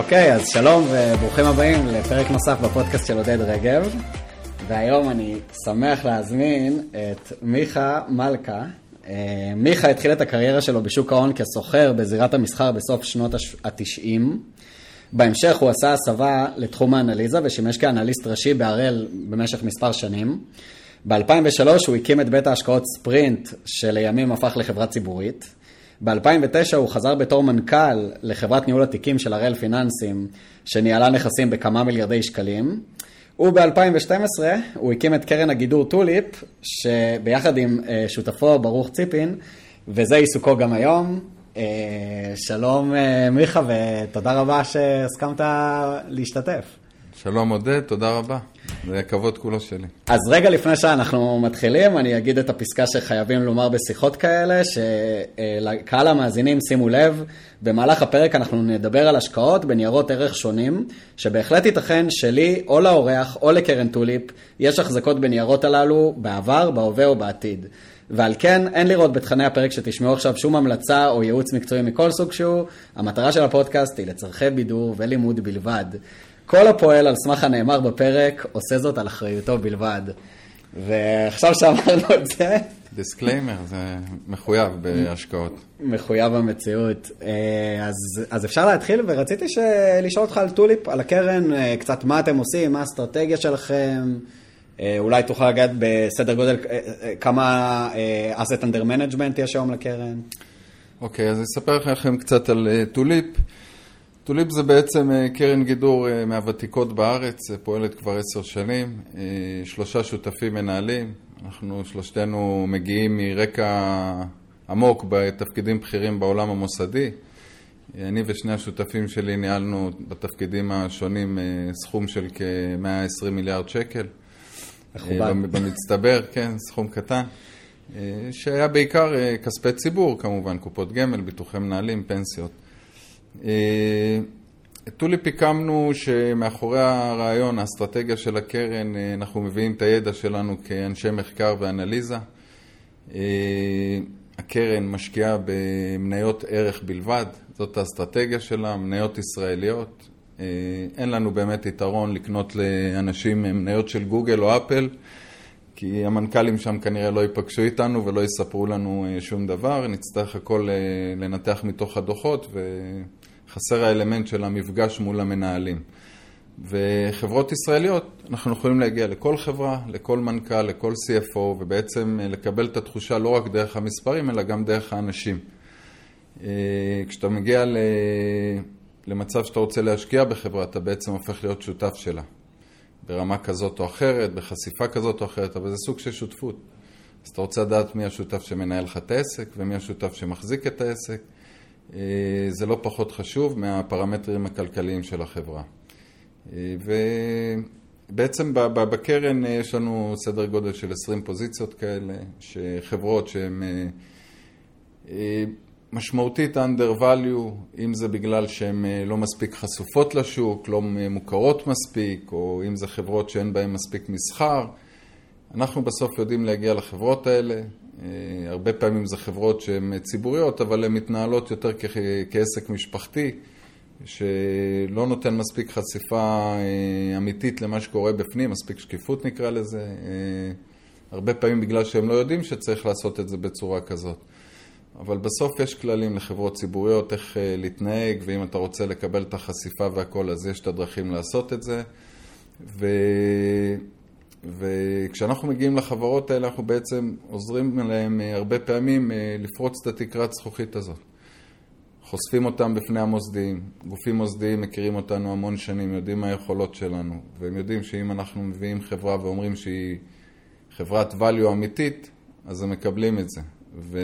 אוקיי, אז שלום וברוכים הבאים לפרק נוסף בפודקאסט של עודד רגב. והיום אני שמח להזמין את מיכה מלכה. מיכה התחיל את הקריירה שלו בשוק ההון כסוחר בזירת המסחר בסוף שנות ה-90. בהמשך הוא עשה הסבה לתחום האנליזה ושימש כאנליסט ראשי בהראל במשך מספר שנים. ב-2003 הוא הקים את בית ההשקעות ספרינט שלימים הפך לחברה ציבורית. ב-2009 הוא חזר בתור מנכ"ל לחברת ניהול התיקים של הראל פיננסים שניהלה נכסים בכמה מיליארדי שקלים. וב-2012 הוא הקים את קרן הגידור טוליפ שביחד עם שותפו ברוך ציפין, וזה עיסוקו גם היום. שלום מיכה ותודה רבה שהסכמת להשתתף. שלום עודד, תודה רבה. זה כבוד כולו שלי. אז רגע לפני שאנחנו מתחילים, אני אגיד את הפסקה שחייבים לומר בשיחות כאלה, שלקהל המאזינים שימו לב, במהלך הפרק אנחנו נדבר על השקעות בניירות ערך שונים, שבהחלט ייתכן שלי או לאורח או לקרן טוליפ, יש החזקות בניירות הללו בעבר, בהווה או בעתיד. ועל כן אין לראות בתכני הפרק שתשמעו עכשיו שום המלצה או ייעוץ מקצועי מכל סוג שהוא. המטרה של הפודקאסט היא לצרכי בידור ולימוד בלבד. כל הפועל על סמך הנאמר בפרק עושה זאת על אחריותו בלבד. ועכשיו שאמרנו את זה... דיסקליימר, זה מחויב בהשקעות. מחויב במציאות. אז אפשר להתחיל, ורציתי לשאול אותך על טוליפ, על הקרן, קצת מה אתם עושים, מה האסטרטגיה שלכם, אולי תוכל לגעת בסדר גודל כמה asset under management יש היום לקרן. אוקיי, אז אני אספר לכם קצת על טוליפ. טוליפ זה בעצם קרן גידור מהוותיקות בארץ, פועלת כבר 10 שנים, 3 שותפים מנהלים, אנחנו שלושתנו מגיעים מרקע עמוק בתפקידים בכירים בעולם המוסדי. אני ושני השותפים שלי ניהלנו בתפקידים השונים סכום של כ-120 מיליארד שקל. במצטבר, כן, סכום קטן, שהיה בעיקר כספי ציבור כמובן, קופות גמל, ביטוחי מנהלים, פנסיות. טוליפ הקמנו שמאחורי הרעיון, האסטרטגיה של הקרן, אנחנו מביאים את הידע שלנו כאנשי מחקר ואנליזה. הקרן משקיעה במניות ערך בלבד, זאת האסטרטגיה שלה, מניות ישראליות. אין לנו באמת יתרון לקנות לאנשים מניות של גוגל או אפל, כי המנכ"לים שם כנראה לא ייפגשו איתנו ולא יספרו לנו שום דבר. נצטרך הכל לנתח מתוך הדוחות, וחסר האלמנט של המפגש מול המנהלים. וחברות ישראליות, אנחנו יכולים להגיע לכל חברה, לכל מנכ"ל, לכל CFO, ובעצם לקבל את התחושה לא רק דרך המספרים, אלא גם דרך האנשים. כשאתה מגיע למצב שאתה רוצה להשקיע בחברה, אתה בעצם הופך להיות שותף שלה. ברמה כזאת או אחרת, בחשיפה כזאת או אחרת, אבל זה סוג של שותפות. אז אתה רוצה לדעת מי השותף שמנהל לך את העסק, ומי השותף שמחזיק את העסק. זה לא פחות חשוב מהפרמטרים הכלכליים של החברה. ובעצם בקרן יש לנו סדר גודל של 20 פוזיציות כאלה, שחברות שהן משמעותית under value, אם זה בגלל שהן לא מספיק חשופות לשוק, לא מוכרות מספיק, או אם זה חברות שאין בהן מספיק מסחר. אנחנו בסוף יודעים להגיע לחברות האלה. הרבה פעמים זה חברות שהן ציבוריות, אבל הן מתנהלות יותר כעסק משפחתי, שלא נותן מספיק חשיפה אמיתית למה שקורה בפנים, מספיק שקיפות נקרא לזה. הרבה פעמים בגלל שהם לא יודעים שצריך לעשות את זה בצורה כזאת. אבל בסוף יש כללים לחברות ציבוריות איך להתנהג, ואם אתה רוצה לקבל את החשיפה והכל, אז יש את הדרכים לעשות את זה. וכשאנחנו מגיעים לחברות האלה, אנחנו בעצם עוזרים להם הרבה פעמים לפרוץ את התקרת זכוכית הזאת. חושפים אותם בפני המוסדיים. גופים מוסדיים מכירים אותנו המון שנים, יודעים מה היכולות שלנו, והם יודעים שאם אנחנו מביאים חברה ואומרים שהיא חברת value אמיתית, אז הם מקבלים את זה.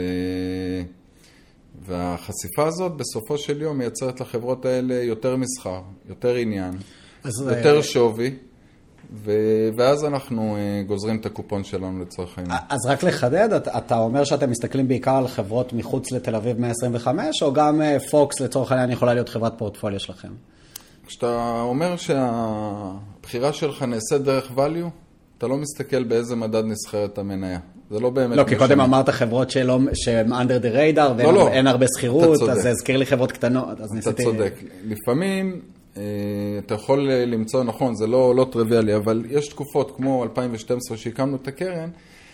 והחשיפה הזאת בסופו של יום מייצרת לחברות האלה יותר מסחר, יותר עניין, יותר שווי, ואז אנחנו גוזרים את הקופון שלנו לצורך העניין. אז רק לחדד, אתה אומר שאתם מסתכלים בעיקר על חברות מחוץ לתל אביב 125, או גם פוקס לצורך העניין יכולה להיות חברת פורטפוליו שלכם? כשאתה אומר שהבחירה שלך נעשית דרך value, אתה לא מסתכל באיזה מדד נסחרת המניה. זה לא באמת... לא, כי קודם אמרת חברות שהן under the radar, ואין הרבה שכירות, אז זה הזכיר לי חברות קטנות. אתה צודק. לפעמים אתה יכול למצוא, נכון, זה לא טריוויאלי, אבל יש תקופות כמו 2012 שהקמנו את הקרן,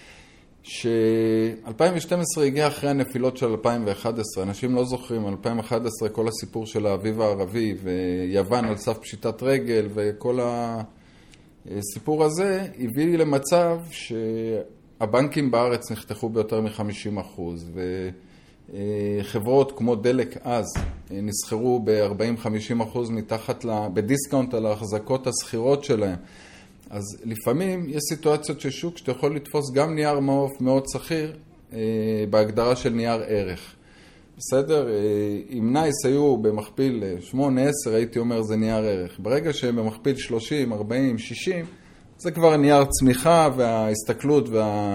ש-2012 הגיע אחרי הנפילות של 2011, אנשים לא זוכרים, 2011 כל הסיפור של האביב הערבי ויוון על סף פשיטת רגל וכל הסיפור הזה הביא למצב שהבנקים בארץ נחתכו ביותר מ-50% וחברות כמו דלק אז נסחרו ב-40-50% מתחת בדיסקאונט על ההחזקות הסחירות שלהם. אז לפעמים יש סיטואציות של שוק שאתה יכול לתפוס גם נייר מעוף מאוד שכיר בהגדרה של נייר ערך. בסדר? אם נייס היו במכפיל 8-10, הייתי אומר זה נייר ערך. ברגע שהם במכפיל 30, 40, 60, זה כבר נייר צמיחה וההסתכלות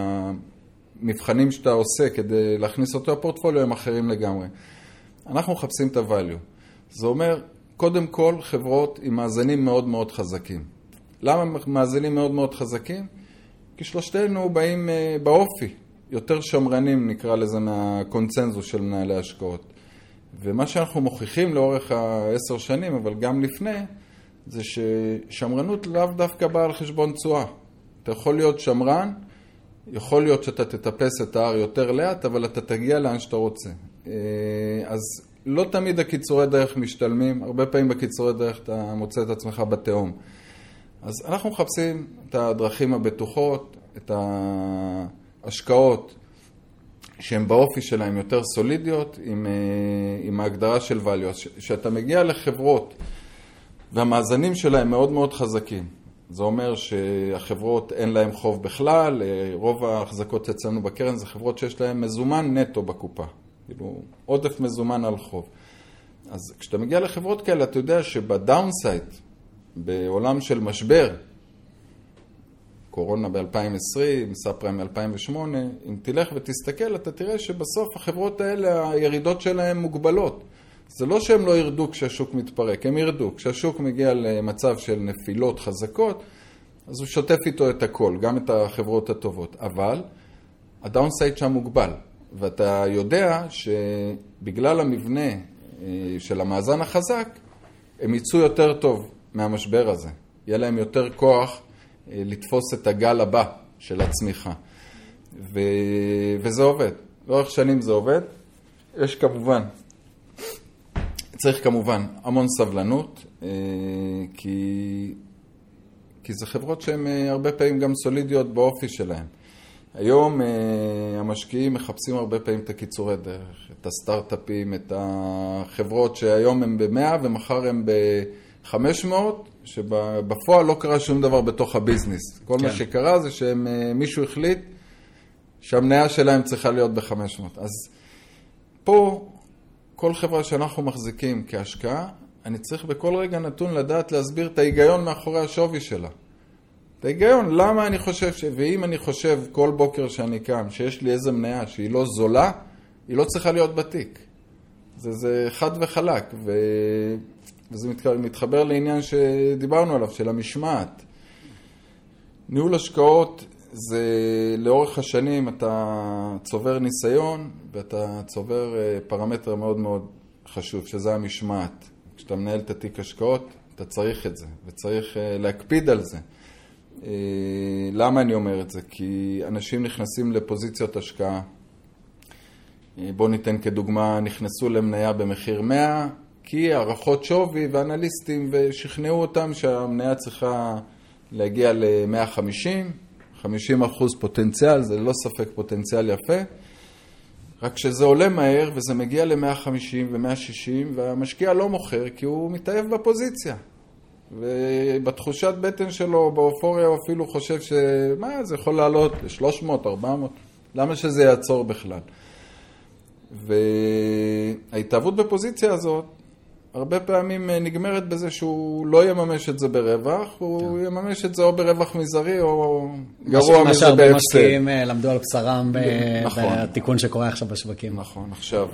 והמבחנים שאתה עושה כדי להכניס אותו לפורטפוליו הם אחרים לגמרי. אנחנו מחפשים את ה-value. זה אומר, קודם כל, חברות עם מאזנים מאוד מאוד חזקים. למה מאזנים מאוד מאוד חזקים? כי שלושתנו באים באופי, יותר שמרנים נקרא לזה מהקונצנזוס של מנהלי השקעות. ומה שאנחנו מוכיחים לאורך 10 שנים, אבל גם לפני, זה ששמרנות לאו דווקא באה על חשבון תשואה. אתה יכול להיות שמרן, יכול להיות שאתה תטפס את ההר יותר לאט, אבל אתה תגיע לאן שאתה רוצה. אז לא תמיד הקיצורי דרך משתלמים, הרבה פעמים בקיצורי דרך אתה מוצא את עצמך בתהום. אז אנחנו מחפשים את הדרכים הבטוחות, את ההשקעות שהן באופי שלהן יותר סולידיות, עם ההגדרה של value. שאתה מגיע לחברות והמאזנים שלהן מאוד מאוד חזקים. זה אומר שהחברות אין להן חוב בכלל, רוב ההחזקות אצלנו בקרן זה חברות שיש להן מזומן נטו בקופה, כאילו עודף מזומן על חוב. אז כשאתה מגיע לחברות כאלה, אתה יודע שבדאונסייד, בעולם של משבר, קורונה ב-2020, סאפריים ב-2008, אם תלך ותסתכל, אתה תראה שבסוף החברות האלה, הירידות שלהן מוגבלות. זה לא שהם לא ירדו כשהשוק מתפרק, הם ירדו. כשהשוק מגיע למצב של נפילות חזקות, אז הוא שוטף איתו את הכל, גם את החברות הטובות. אבל הדאונסייד שם מוגבל, ואתה יודע שבגלל המבנה של המאזן החזק, הם יצאו יותר טוב מהמשבר הזה. יהיה להם יותר כוח לתפוס את הגל הבא של הצמיחה. וזה עובד. לאורך שנים זה עובד. צריך כמובן המון סבלנות, כי זה חברות שהן הרבה פעמים גם סולידיות באופי שלהן. היום המשקיעים מחפשים הרבה פעמים את הקיצורי דרך, את הסטארט-אפים, את החברות שהיום הם ב-100 ומחר הם ב-500, שבפועל לא קרה שום דבר בתוך הביזנס. כל מה שקרה זה שמישהו החליט שהמניה שלהם צריכה להיות ב-500. אז פה כל חברה שאנחנו מחזיקים כהשקעה, אני צריך בכל רגע נתון לדעת להסביר את ההיגיון מאחורי השווי שלה. את ההיגיון, למה אני חושב ואם אני חושב כל בוקר שאני קם, שיש לי איזה מניה שהיא לא זולה, היא לא צריכה להיות בתיק. זה חד וחלק, וזה מתחבר לעניין שדיברנו עליו, של המשמעת. ניהול השקעות זה לאורך השנים אתה צובר ניסיון, ואתה צובר פרמטר מאוד מאוד חשוב, שזה המשמעת. כשאתה מנהל את התיק השקעות, אתה צריך את זה, וצריך להקפיד על זה. למה אני אומר את זה? כי אנשים נכנסים לפוזיציות השקעה. בוא ניתן כדוגמה, נכנסו למניה במחיר 100, כי הערכות שווי ואנליסטים ושכנעו אותם שהמניה צריכה להגיע ל-150, 50% פוטנציאל, זה לא ספק פוטנציאל יפה. רק שזה עולה מהר וזה מגיע ל-150 ו-160 והמשקיע לא מוכר כי הוא מתאהב בפוזיציה. ובתחושת בטן שלו, באופוריה, הוא אפילו חושב שמה, זה יכול לעלות ל-300, 400, למה שזה יעצור בכלל? וההתאהבות בפוזיציה הזאת, הרבה פעמים נגמרת בזה שהוא לא יממש את זה ברווח, הוא יממש את זה או ברווח מזערי או גרוע מזה בהפסד. מה שהרבה משקיעים למדו על בשרם בתיקון שקורה עכשיו בשווקים. נכון, עכשיו.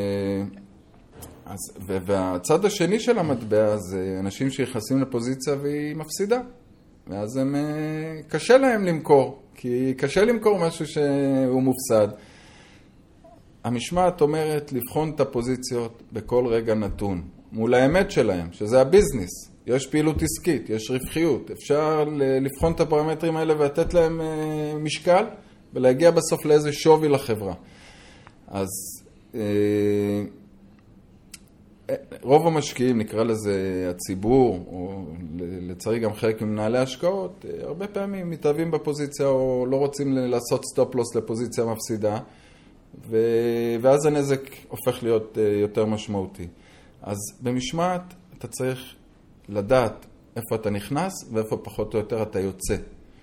והצד השני של המטבע זה אנשים שיחסים לפוזיציה והיא מפסידה. ואז הם קשה להם למכור, כי קשה למכור משהו שהוא מופסד. המשמעת אומרת לבחון את הפוזיציות בכל רגע נתון. מול האמת שלהם, שזה הביזנס. יש פעילות עסקית, יש רווחיות, אפשר לבחון את הפרמטרים האלה ולתת להם משקל, ולהגיע בסוף לאיזה שווי לחברה. אז רוב המשקיעים, נקרא לזה הציבור, או לצערי גם חלק ממנהלי השקעות, הרבה פעמים מתאהבים בפוזיציה או לא רוצים לעשות סטופ-לוס לפוזיציה מפסידה, ואז הנזק הופך להיות יותר משמעותי. אז במשמעת אתה צריך לדעת איפה אתה נכנס ואיפה פחות או יותר אתה יוצא.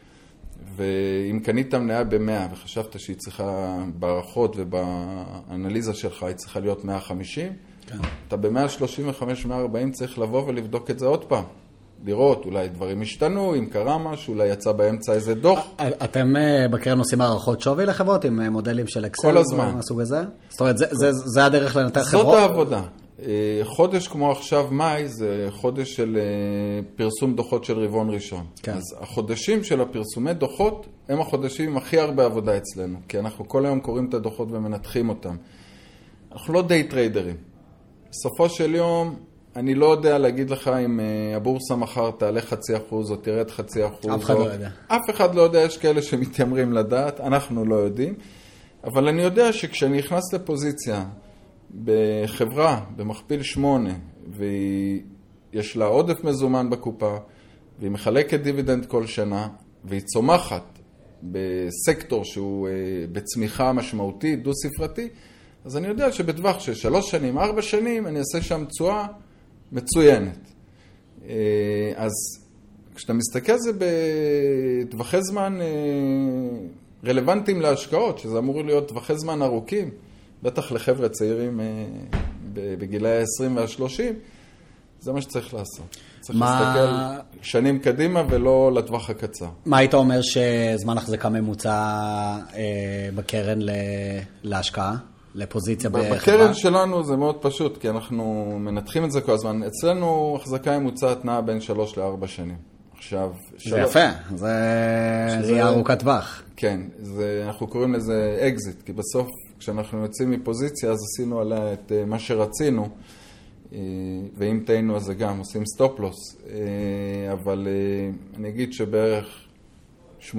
ואם קנית מניה ב-100 וחשבת שהיא צריכה בערכות ובאנליזה שלך היא צריכה להיות 150, כן. אתה ב-135-140 צריך לבוא ולבדוק את זה עוד פעם. לראות, אולי דברים השתנו, אם קרה משהו, אולי יצא באמצע איזה דוח. אתם בקרן עושים הערכות שווי לחברות עם מודלים של אקסל? כל הזמן. מהסוג הזה? זאת אומרת, זה הדרך לנתח חברות? זאת העבודה. חודש כמו עכשיו מאי זה חודש של פרסום דוחות של רבעון ראשון. כן. אז החודשים של הפרסומי דוחות הם החודשים עם הכי הרבה עבודה אצלנו, כי אנחנו כל היום קוראים את הדוחות ומנתחים אותם. אנחנו לא די טריידרים. בסופו של יום אני לא יודע להגיד לך אם הבורסה מחר תעלה 0.5% או תרד 0.5%. אף אחד לא יודע. אף אחד לא יודע, יש כאלה שמתיימרים לדעת, אנחנו לא יודעים. אבל אני יודע שכשאני נכנס לפוזיציה בחברה, במכפיל 8, ויש לה עודף מזומן בקופה, והיא מחלקת דיבידנד כל שנה, והיא צומחת בסקטור שהוא בצמיחה משמעותית, דו-ספרתי, אז אני יודע שבטווח של 3 שנים, 4 שנים, אני אעשה שם תשואה מצוינת. אז כשאתה מסתכל זה בטווחי זמן רלוונטיים להשקעות, שזה אמור להיות טווחי זמן ארוכים, בטח לחבר'ה צעירים בגילי ה-20 וה-30, זה מה שצריך לעשות. צריך להסתכל שנים קדימה ולא לטווח הקצר. מה היית אומר שזמן החזקה ממוצע בקרן להשקעה? לפוזיציה בחברה? בקרן שלנו זה מאוד פשוט, כי אנחנו מנתחים את זה כל הזמן. אצלנו החזקה ממוצעת נעה בין 3 ל-4 שנים. עכשיו... זה יפה, זה ראייה ארוכת טווח. כן, אנחנו קוראים לזה אקזיט, כי בסוף כשאנחנו יוצאים מפוזיציה אז עשינו עליה את מה שרצינו, ואם טעינו אז זה גם עושים סטופ-לוס, אבל אני אגיד שבערך 85%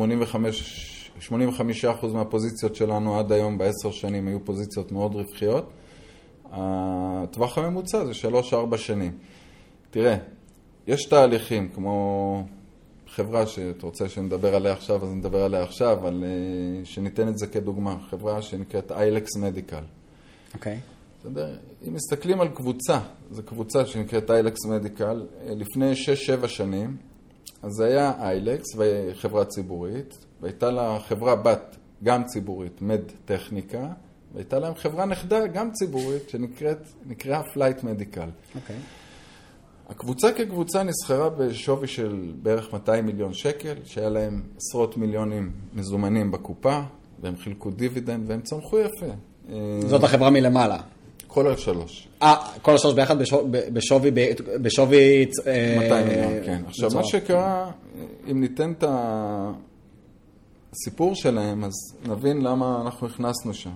מהפוזיציות שלנו עד היום ב10 שנים היו פוזיציות מאוד רווחיות. הטווח הממוצע זה 3-4 שנים. תראה, יש תהליכים כמו חברה שאתה רוצה שנדבר עליה עכשיו, אז נדבר עליה עכשיו, אבל שניתן את זה כדוגמה. חברה שנקראת איילקס מדיקל. אוקיי. אם מסתכלים על קבוצה, זו קבוצה שנקראת איילקס מדיקל, לפני 6-7 שנים, אז זה היה איילקס, חברה ציבורית, והייתה לה חברה בת, גם ציבורית, מד טכניקה, והייתה להם חברה נכדה, גם ציבורית, שנקראה פלייט מדיקל. אוקיי. הקבוצה כקבוצה נסחרה בשווי של בערך 200 מיליון שקל, שהיה להם עשרות מיליונים מזומנים בקופה, והם חילקו דיבידנד, והם צמחו יפה. זאת החברה מלמעלה. כל השלוש. כל השלוש ביחד בשווי 200 מיליון, כן. עכשיו, מה שקרה, אם ניתן את הסיפור שלהם, אז נבין למה אנחנו הכנסנו שם.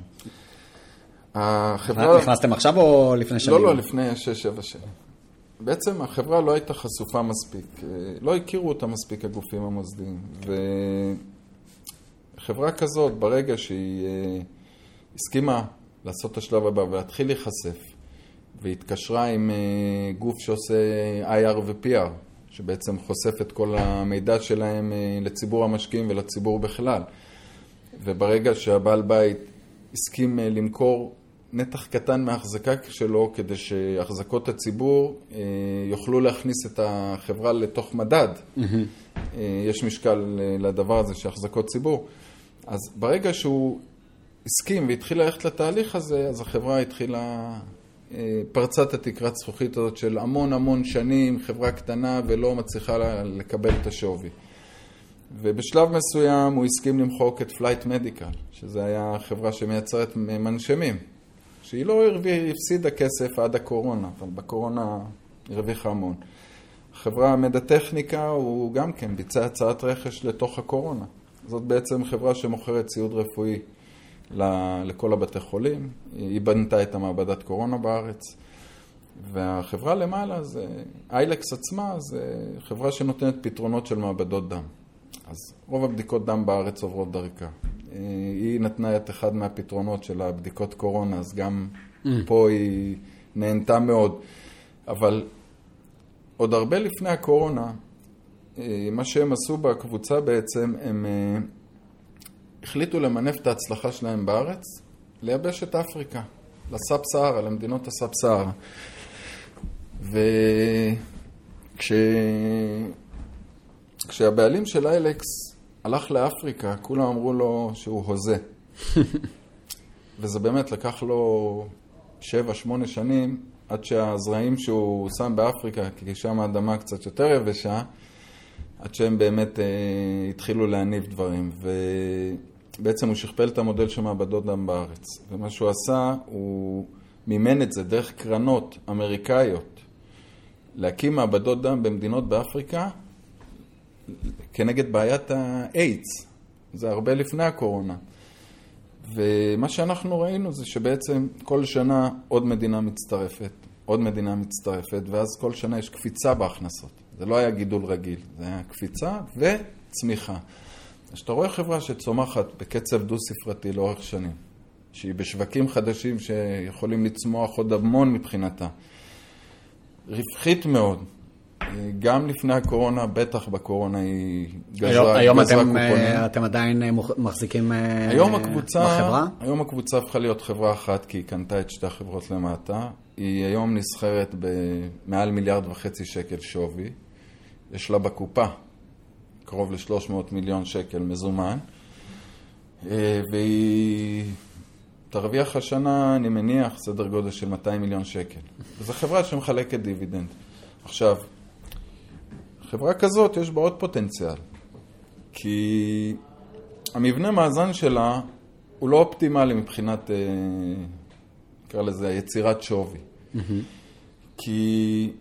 נכנסתם עכשיו או לפני שנים? לא, לפני 6-7 שנים. בעצם החברה לא הייתה חשופה מספיק, לא הכירו אותה מספיק הגופים המוסדיים, וחברה כזאת, ברגע שהיא הסכימה לעשות את השלב הבא ולהתחיל להיחשף, והתקשרה עם גוף שעושה IR ו-PR, שבעצם חושף את כל המידע שלהם לציבור המשקיעים ולציבור בכלל, וברגע שהבעל בית הסכים למכור נתח קטן מההחזקה שלו, כדי שהחזקות הציבור יוכלו להכניס את החברה לתוך מדד. יש משקל לדבר הזה שהחזקות ציבור. אז ברגע שהוא הסכים והתחיל ללכת לתהליך הזה, אז החברה התחילה, פרצת התקרת זכוכית הזאת של המון שנים, חברה קטנה ולא מצליחה לקבל את השווי. ובשלב מסוים הוא הסכים למחוק את פלייט מדיקל, שזה היה חברה שמייצרת מנשמים. שהיא לא הפסידה כסף עד הקורונה, אבל בקורונה הרוויחה המון. החברה מדטכניקה הוא גם כן ביצע הצעת רכש לתוך הקורונה. זאת בעצם חברה שמוכרת ציוד רפואי לכל הבתי חולים. היא בנתה את המעבדת קורונה בארץ. והחברה למעלה, איילקס עצמה, זה חברה שנותנת פתרונות של מעבדות דם. אז רוב הבדיקות דם בארץ עוברות דרכה. היא נתנה את אחד מהפתרונות של הבדיקות קורונה, אז גם פה היא נהנתה מאוד. אבל עוד הרבה לפני הקורונה, מה שהם עשו בקבוצה בעצם, הם החליטו למנף את ההצלחה שלהם בארץ, לייבש את אפריקה, לסאב סהרה, למדינות הסאב סהרה. וכשהבעלים של איילקס הלך לאפריקה, כולם אמרו לו שהוא הוזה. וזה באמת לקח לו 7-8 שנים, עד שהזרעים שהוא שם באפריקה, כי שם האדמה קצת יותר יבשה, עד שהם באמת התחילו להניב דברים. ובעצם הוא שכפל את המודל של מעבדות דם בארץ. ומה שהוא עשה, הוא מימן את זה דרך קרנות אמריקאיות, להקים מעבדות דם במדינות באפריקה, כנגד בעיית האיידס. זה הרבה לפני הקורונה. ומה שאנחנו ראינו זה שבעצם כל שנה עוד מדינה מצטרפת, עוד מדינה מצטרפת, ואז כל שנה יש קפיצה בהכנסות. זה לא היה גידול רגיל, זה היה קפיצה וצמיחה. אז אתה רואה חברה שצומחת בקצב דו-ספרתי לאורך שנים, שהיא בשווקים חדשים שיכולים לצמוח עוד המון מבחינתה. רווחית מאוד. גם לפני הקורונה, בטח בקורונה היא גזרה קופונים. היום אתם עדיין מחזיקים בחברה? היום הקבוצה הפכה להיות חברה אחת, כי היא קנתה את שתי החברות למטה. היא היום נסחרת במעל 1.5 מיליארד שקל שווי. יש לה בקופה קרוב ל-300 מיליון שקל מזומן. והיא תרוויח השנה, אני מניח, סדר גודל של 200 מיליון שקל. וזו חברה שמחלקת דיבידנד. עכשיו, חברה כזאת יש בה עוד פוטנציאל, כי המבנה מאזן שלה הוא לא אופטימלי מבחינת, נקרא לזה, יצירת שווי. כי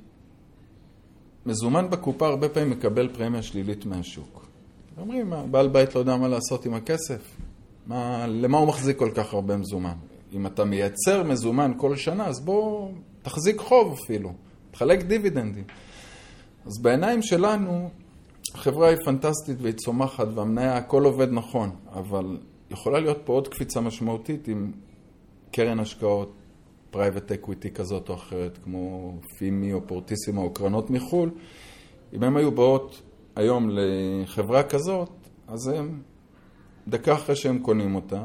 מזומן בקופה הרבה פעמים מקבל פרמיה שלילית מהשוק. אומרים, בעל בית לא יודע מה לעשות עם הכסף. למה הוא מחזיק כל כך הרבה מזומן? אם אתה מייצר מזומן כל שנה, אז בוא תחזיק חוב אפילו. תחלק דיבידנדים. אז בעיניים שלנו, החברה היא פנטסטית והיא צומחת, והמניה הכל עובד נכון, אבל יכולה להיות פה עוד קפיצה משמעותית עם קרן השקעות, פרייבט אקוויטי כזאת או אחרת, כמו פימי או פורטיסימה או קרנות מחול. אם הם היו באות היום לחברה כזאת, אז הם, דקה אחרי שהם קונים אותה,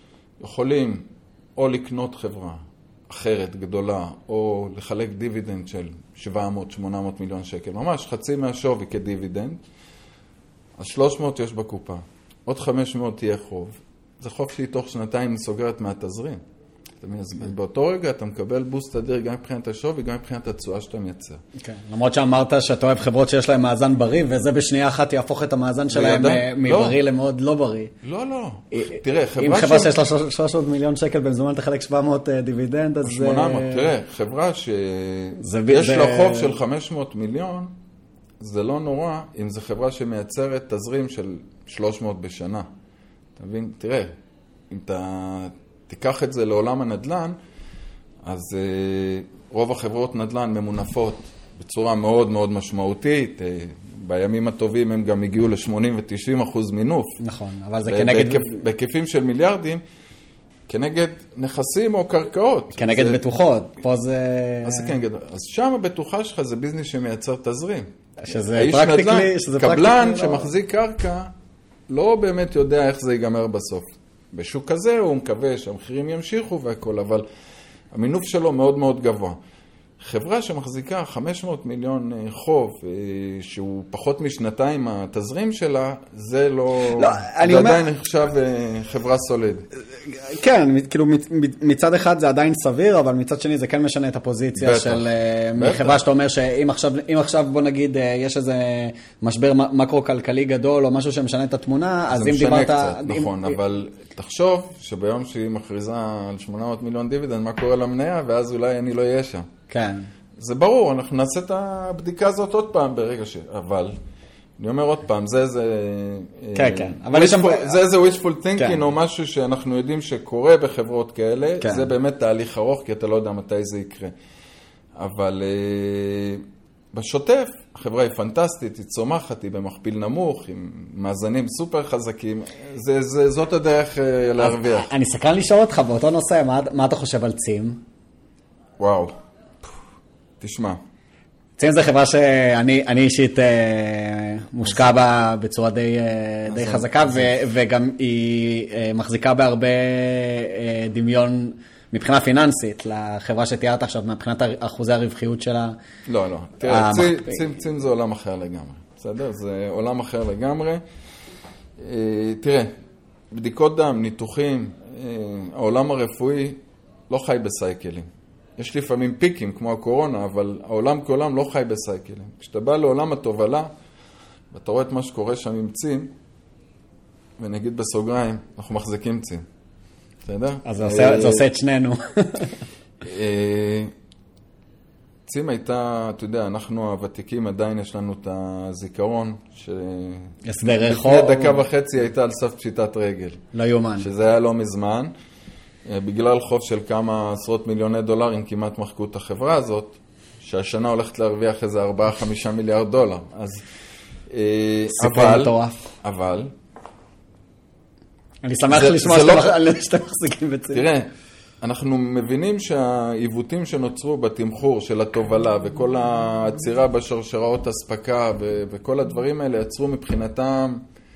יכולים או לקנות חברה אחרת, גדולה, או לחלק דיבידנד של 700-800 מיליון שקל, ממש חצי מהשווי כדיבידנד, אז 300 יש בקופה, עוד 500 תהיה חוב, זה חוב שהיא תוך שנתיים סוגרת מהתזרים. אז באותו רגע אתה מקבל בוסט אדיר גם מבחינת השווי, גם מבחינת התשואה שאתה מייצר. למרות שאמרת שאתה אוהב חברות שיש להם מאזן בריא, וזה בשנייה אחת יהפוך את המאזן שלהם מבריא למאוד לא בריא. לא. תראה, אם חברה שיש לה 300 מיליון שקל במזומן תחלק 700 דיבידנד, אז... 800, תראה, חברה שיש לה חוב של 500 מיליון, זה לא נורא אם זו חברה שמייצרת תזרים של 300 בשנה. אתה מבין? תראה, אם אתה תיקח את זה לעולם הנדל"ן, אז רוב החברות נדל"ן ממונפות בצורה מאוד מאוד משמעותית. בימים הטובים הם גם הגיעו ל-80 ו-90% מינוף. נכון, אבל זה כנגד... בהיקפים של מיליארדים, כנגד נכסים או קרקעות. כנגד בטוחות. פה זה... אז שם הבטוחה שלך זה ביזנס שמייצר תזרים. שזה פרקטיקלי... קבלן שמחזיק קרקע, לא באמת יודע איך זה ייגמר בסוף. בשוק כזה הוא מקווה שהמחירים ימשיכו והכל, אבל המינוף שלו מאוד מאוד גבוה. חברה שמחזיקה 500 מיליון חוב, שהוא פחות משנתיים התזרים שלה, זה לא... זה עדיין נחשב חברה סולידית. כן, כאילו מצד אחד זה עדיין סביר, אבל מצד שני זה כן משנה את הפוזיציה של חברה שאתה אומר שאם עכשיו בוא נגיד יש איזה משבר מקרו-כלכלי גדול או משהו שמשנה את התמונה, אז אם דיברת... זה משנה קצת, נכון, אבל תחשוב שביום שהיא מכריזה על 800 מיליון דיבידנד, מה קורה למניה, ואז אולי אני לא אהיה שם. כן. זה ברור, אנחנו נעשה את הבדיקה הזאת עוד פעם ברגע אבל אני אומר עוד פעם, זה כן, כן. זה wishful thinking או משהו שאנחנו יודעים שקורה בחברות כאלה, זה באמת תהליך ארוך, כי אתה לא יודע מתי זה יקרה. אבל בשוטף, החברה היא פנטסטית, היא צומחת, היא במכפיל נמוך, עם מאזנים סופר חזקים, זאת הדרך להרוויח. אני סקרן לשאול אותך באותו נושא, מה אתה חושב על צים? וואו, תשמע. צים זה חברה שאני אישית מושקע בה בצורה די חזקה, וגם היא מחזיקה בהרבה דמיון מבחינה פיננסית לחברה שתיארת עכשיו, מבחינת אחוזי הרווחיות שלה. לא, תראה, צים זה עולם אחר לגמרי, בסדר? זה עולם אחר לגמרי. תראה, בדיקות דם, ניתוחים, העולם הרפואי לא חי בסייקלים. יש לפעמים פיקים כמו הקורונה, אבל העולם כעולם לא חי בסייקלים. כשאתה בא לעולם התובלה, ואתה רואה את מה שקורה שם עם צים, ונגיד בסוגריים, אנחנו מחזיקים צים. בסדר? אז זה עושה את שנינו. צים הייתה, אתה יודע, אנחנו הוותיקים עדיין יש לנו את הזיכרון, הסדר רחוב. לפני דקה וחצי הייתה על סף פשיטת רגל. לא יומן. שזה היה לא מזמן. בגלל חוב של כמה עשרות מיליוני דולרים כמעט מחקו את החברה הזאת, שהשנה הולכת להרוויח איזה 4-5 מיליארד דולר. אז, אבל, אני שמח לשמוע שאתם מחזיקים בצים. תראה, אנחנו מבינים שהעיוותים שנוצרו בתמחור של התובלה וכל העצירה בשרשראות הספקה וכל הדברים האלה יצרו מבחינתם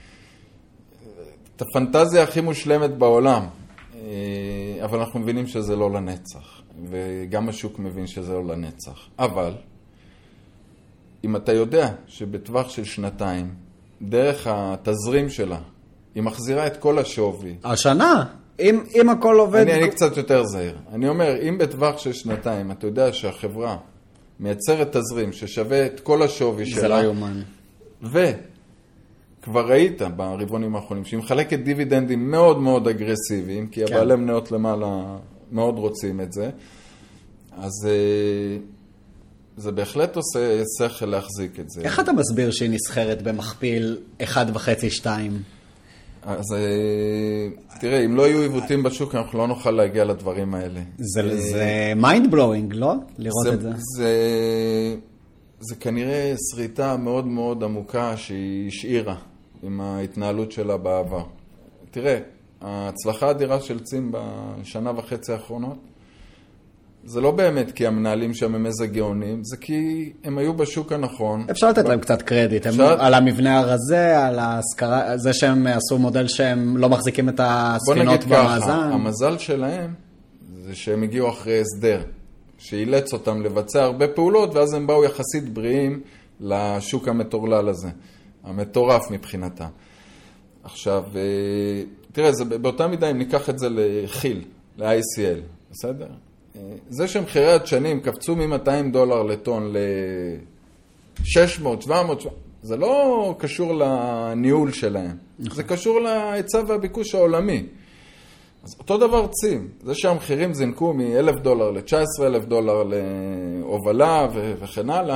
את הפנטזיה הכי מושלמת בעולם. אבל אנחנו מבינים שזה לא לנצח, וגם השוק מבין שזה לא לנצח. אבל, אם אתה יודע שבטווח של שנתיים, דרך התזרים שלה, היא מחזירה את כל השווי. השנה, אם הכל עובד... אני קצת יותר זהיר. אני אומר, אם בטווח של שנתיים, אתה יודע שהחברה מייצרת תזרים ששווה את כל השווי שלה... זה לא יומן. כבר ראית ברבעונים האחרונים, שהיא מחלקת דיבידנדים מאוד מאוד אגרסיביים, כי הבעלי מניות למעלה מאוד רוצים את זה, אז זה בהחלט עושה שכל להחזיק את זה. איך אתה מסביר שהיא נסחרת במכפיל 1.5-2? אז תראה, אם לא יהיו עיוותים בשוק, אנחנו לא נוכל להגיע לדברים האלה. זה mind blowing, לא? לראות את זה. זה כנראה שריטה מאוד מאוד עמוקה שהיא השאירה עם ההתנהלות שלה בעבר. תראה, ההצלחה האדירה של צים בשנה וחצי האחרונות, זה לא באמת כי המנהלים שם הם איזה גאונים, זה כי הם היו בשוק הנכון. אפשר לתת להם קצת קרדיט, על המבנה הרזה, על ההשכרה, זה שהם עשו מודל שהם לא מחזיקים את הספינות במאזן. בוא נגיד ככה, המזל שלהם זה שהם הגיעו אחרי הסדר. שאילץ אותם לבצע הרבה פעולות, ואז הם באו יחסית בריאים לשוק המטורלל הזה, המטורף מבחינתה. עכשיו, תראה, באותה מידה אם ניקח את זה לחיל, ל-ICL, בסדר? זה שמחירי הדשנים קפצו מ$200 לטון ל-600, 700, זה לא קשור לניהול שלהם, זה קשור להיצע והביקוש העולמי. אז אותו דבר צים, זה שהמחירים זינקו $1,000 ל-$19,000 להובלה וכן הלאה,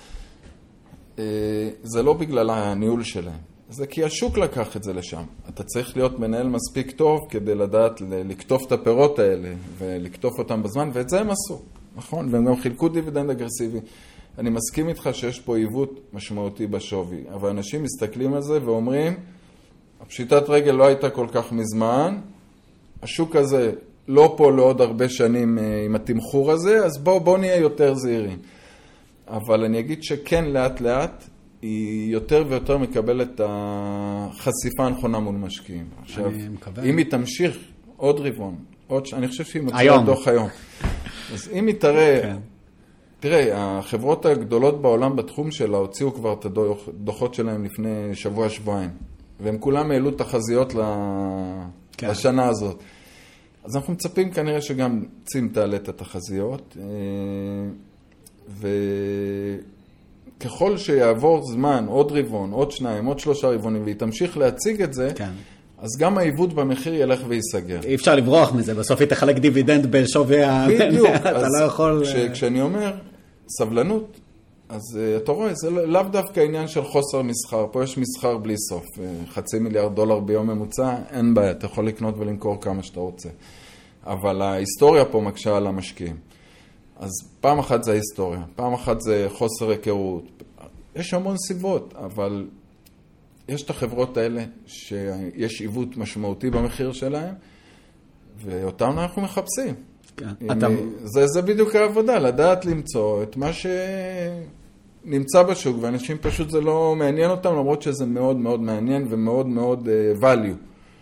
זה לא בגלל הניהול שלהם, זה כי השוק לקח את זה לשם. אתה צריך להיות מנהל מספיק טוב כדי לדעת לקטוף את הפירות האלה ולקטוף אותם בזמן, ואת זה הם עשו, נכון? והם גם חילקו דיבידנד אגרסיבי. אני מסכים איתך שיש פה עיוות משמעותי בשווי, אבל אנשים מסתכלים על זה ואומרים, הפשיטת רגל לא הייתה כל כך מזמן, השוק הזה לא פה לעוד הרבה שנים עם התמחור הזה, אז בואו נהיה יותר זהירים. אבל אני אגיד שכן לאט לאט, היא יותר ויותר מקבלת את החשיפה הנכונה מול משקיעים. עכשיו, אם היא תמשיך עוד רבעון, אני חושב שהיא מוצאה דוח היום. אז אם היא תראה, החברות הגדולות בעולם בתחום שלה הוציאו כבר את הדוחות שלהם לפני שבוע-שבועיים, והם כולם העלו תחזיות לשנה הזאת. אז אנחנו מצפים כנראה שגם צים תעלה את התחזיות, וככל שיעבור זמן, עוד רבעון, עוד 2, עוד 3 רבעונים, והיא תמשיך להציג את זה, כן. אז גם העיוות במחיר ילך ויסגר. אי אפשר לברוח מזה, בסוף היא תחלק דיבידנד בשווי בדיוק. אתה לא יכול... כשאני אומר סבלנות, אז אתה רואה, זה לאו דווקא עניין של חוסר מסחר. פה יש מסחר בלי סוף. $500 מיליארד ביום ממוצע, אין בעיה. אתה יכול לקנות ולמכור כמה שאתה רוצה. אבל ההיסטוריה פה מקשה על המשקיעים. אז פעם אחת זה ההיסטוריה, פעם אחת זה חוסר היכרות. יש המון סיבות, אבל יש את החברות האלה שיש עיוות משמעותי במחיר שלהם, ואותם אנחנו מחפשים. זה בדיוק העבודה, לדעת למצוא את מה שנמצא בשוק, ואנשים פשוט זה לא מעניין אותם, למרות שזה מאוד מאוד מעניין ומאוד מאוד value.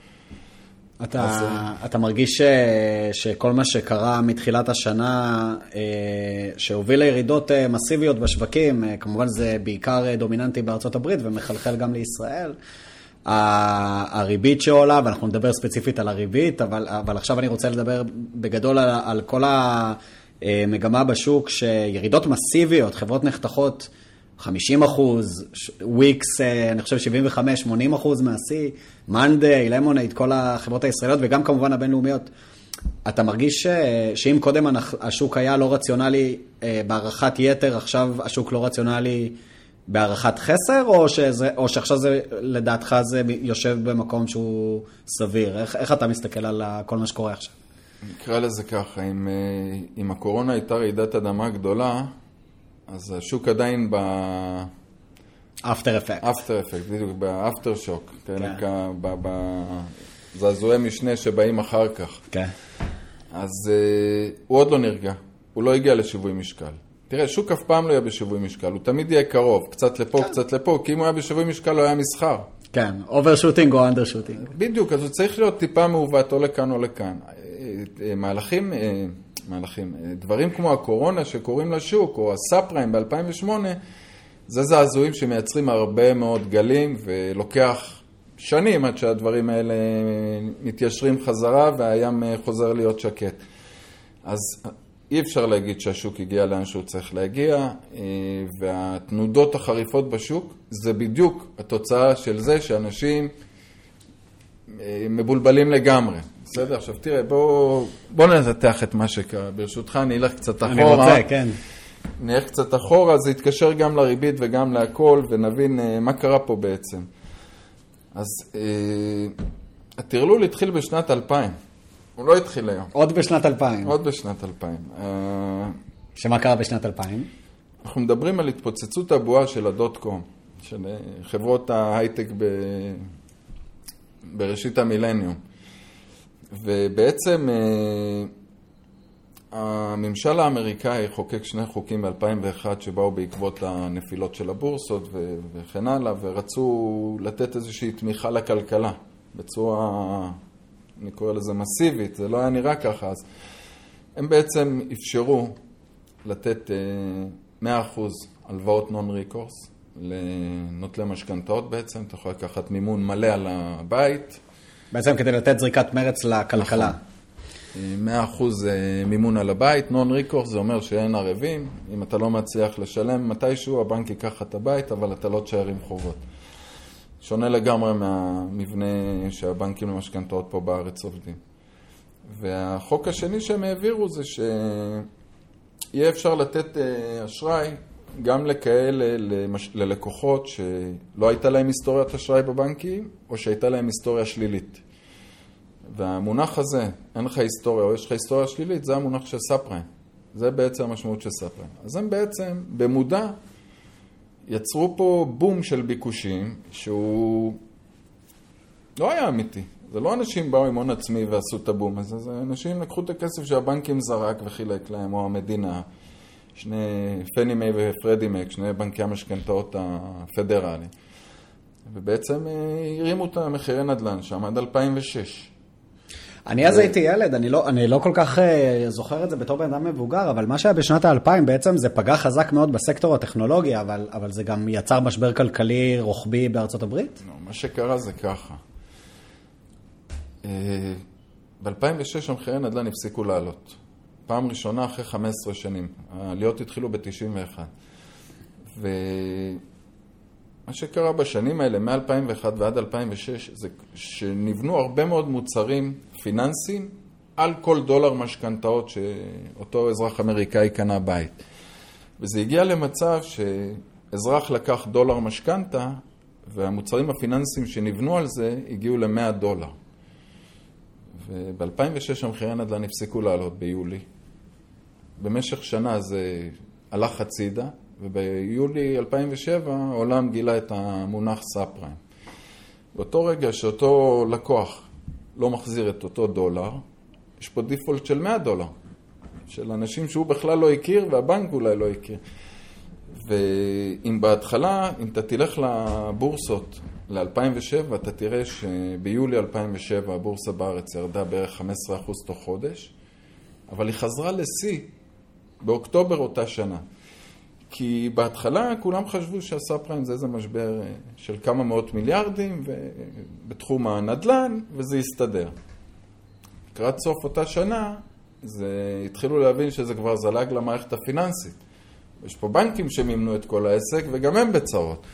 אתה מרגיש שכל מה שקרה מתחילת השנה, שהוביל לירידות מסיביות בשווקים, כמובן זה בעיקר דומיננטי בארצות הברית ומחלחל גם לישראל, הריבית שעולה, ואנחנו נדבר ספציפית על הריבית, אבל עכשיו אני רוצה לדבר בגדול על כל המגמה בשוק, שירידות מסיביות, חברות נחתכות 50%, וויקס, אני חושב 75-80% מהשיא, מנדי, למונייד, כל החברות הישראליות, וגם כמובן הבינלאומיות. אתה מרגיש שאם קודם השוק היה לא רציונלי בערכת יתר, עכשיו השוק לא רציונלי בערכת חסר, או שעכשיו זה, לדעתך זה יושב במקום שהוא סביר? איך אתה מסתכל על כל מה שקורה עכשיו? נקרא לזה ככה, אם הקורונה הייתה רעידת אדמה גדולה, אז השוק עדיין אפטר אפקט. אפטר אפקט, בדיוק, באפטר שוק. בזעזועי משנה שבאים אחר כך. כן. אז הוא עוד לא נרגע, הוא לא הגיע לשיווי משקל. תראה, שוק אף פעם לא יהיה בשיווי משקל, הוא תמיד יהיה קרוב, קצת לפה, קצת לפה, כי אם הוא היה בשיווי משקל, הוא היה מסחר. כן, אוברשוטינג או אנדרשוטינג. בדיוק, אז הוא צריך להיות טיפה מעוות, או לכאן או לכאן. דברים כמו הקורונה שקוראים לשוק, או הסאפריים ב-2008, זה זעזועים שמייצרים הרבה מאוד גלים, ולוקח שנים עד שהדברים האלה מתיישרים חזרה, והים חוזר להיות שקט. אז אי אפשר להגיד שהשוק הגיע לאן שהוא צריך להגיע, והתנודות החריפות בשוק, זה בדיוק התוצאה של זה שאנשים מבולבלים לגמרי. בסדר? עכשיו תראה, בוא ננתח את מה שקרה. ברשותך אני אלך קצת אחורה. אני רוצה, כן. נלך קצת אחורה, זה יתקשר גם לריבית וגם להכל, ונבין מה קרה פה בעצם. אז הטרלול התחיל בשנת 2000. הוא לא התחיל היום. עוד בשנת 2000. עוד בשנת 2000. שמה קרה בשנת 2000? אנחנו מדברים על התפוצצות הבועה של הדוט-קום, של חברות ההייטק בראשית המילניום. ובעצם הממשל האמריקאי חוקק שני חוקים ב-2001 שבאו בעקבות הנפילות של הבורסות וכן הלאה, ורצו לתת איזושהי תמיכה לכלכלה בצורה, אני קורא לזה מסיבית, זה לא היה נראה ככה. אז הם בעצם אפשרו לתת 100% הלוואות נון-ריקורס לנוטלי משכנתאות בעצם, אתה יכול לקחת מימון מלא על הבית. בעצם כדי לתת זריקת מרץ לכלכלה. 100% מימון על הבית, נון-ריקורס זה אומר שאין ערבים, אם אתה לא מצליח לשלם מתישהו, הבנק ייקח את הבית, אבל אתה לא תשאר עם חובות. שונה לגמרי מהמבנה שהבנקים למשכנתאות פה בארץ עובדים. והחוק השני שהם העבירו זה שיהיה אפשר לתת אשראי גם לכאלה, ללקוחות שלא הייתה להם היסטוריית אשראי בבנקים, או שהייתה להם היסטוריה שלילית. והמונח הזה, אין לך היסטוריה או יש לך היסטוריה שלילית, זה המונח של סאפריים. זה בעצם המשמעות של סאפריים. אז הם בעצם במודע יצרו פה בום של ביקושים שהוא לא היה אמיתי. זה לא אנשים באו עם הון עצמי ועשו את הבום הזה, זה אנשים לקחו את הכסף שהבנקים זרק וחילק להם, או המדינה, שני פני מיי ופרדי מק, שני בנקי המשכנתאות הפדרליים. ובעצם הרימו את המחירי נדל"ן שם עד 2006. אני אז הייתי ילד, אני לא כל כך זוכר את זה בתור בן אדם מבוגר, אבל מה שהיה בשנת ה-2000 בעצם זה פגע חזק מאוד בסקטור הטכנולוגי, אבל זה גם יצר משבר כלכלי רוחבי בארצות הברית? לא, מה שקרה זה ככה. ב-2006 המחירי נדל"ן הפסיקו לעלות. פעם ראשונה אחרי 15 שנים. העליות התחילו ב-91. ומה שקרה בשנים האלה, מ-2001 ועד 2006, זה שנבנו הרבה מאוד מוצרים פיננסיים על כל דולר משכנתאות שאותו אזרח אמריקאי קנה בית. וזה הגיע למצב שאזרח לקח דולר משכנתה, והמוצרים הפיננסיים שנבנו על זה הגיעו ל$100. וב-2006 המחירי הנדל"ן הפסיקו לעלות ביולי. במשך שנה זה הלך הצידה, וביולי 2007 העולם גילה את המונח סאב-פריים. באותו רגע שאותו לקוח לא מחזיר את אותו דולר, יש פה דיפולט של $100, של אנשים שהוא בכלל לא הכיר והבנק אולי לא הכיר. ואם בהתחלה, אם אתה תלך לבורסות ל-2007, אתה תראה שביולי 2007 הבורסה בארץ ירדה בערך 15% תוך חודש, אבל היא חזרה לשיא באוקטובר אותה שנה. כי בהתחלה כולם חשבו שהסאב-פריים זה איזה משבר של כמה מאות מיליארדים בתחום הנדל"ן, וזה יסתדר. לקראת סוף אותה שנה, התחילו להבין שזה כבר זלג למערכת הפיננסית. יש פה בנקים שמימנו את כל העסק, וגם הם בצרות.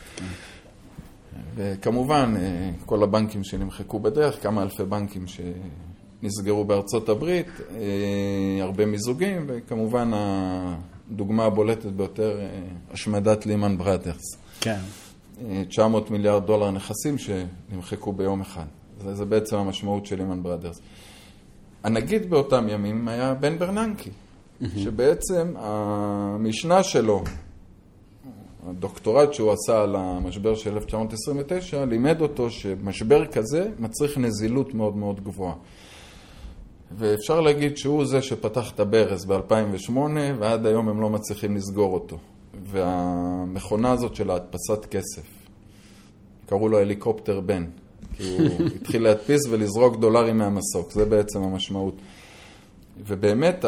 וכמובן, כל הבנקים שנמחקו בדרך, כמה אלפי בנקים שנסגרו בארצות הברית, הרבה מיזוגים, וכמובן הדוגמה הבולטת ביותר, השמדת לימן ברדרס. כן. $900 מיליארד נכסים שנמחקו ביום אחד. זה בעצם המשמעות של לימן ברדרס. הנגיד באותם ימים היה בן ברננקי, שבעצם המשנה שלו, הדוקטורט שהוא עשה על המשבר של 1929, לימד אותו שמשבר כזה מצריך נזילות מאוד מאוד גבוהה. ואפשר להגיד שהוא זה שפתח את הברז ב-2008, ועד היום הם לא מצליחים לסגור אותו. והמכונה הזאת של ההדפסת כסף, קראו לו הליקופטר בן, כי הוא התחיל להדפיס ולזרוק דולרים מהמסוק, זה בעצם המשמעות. ובאמת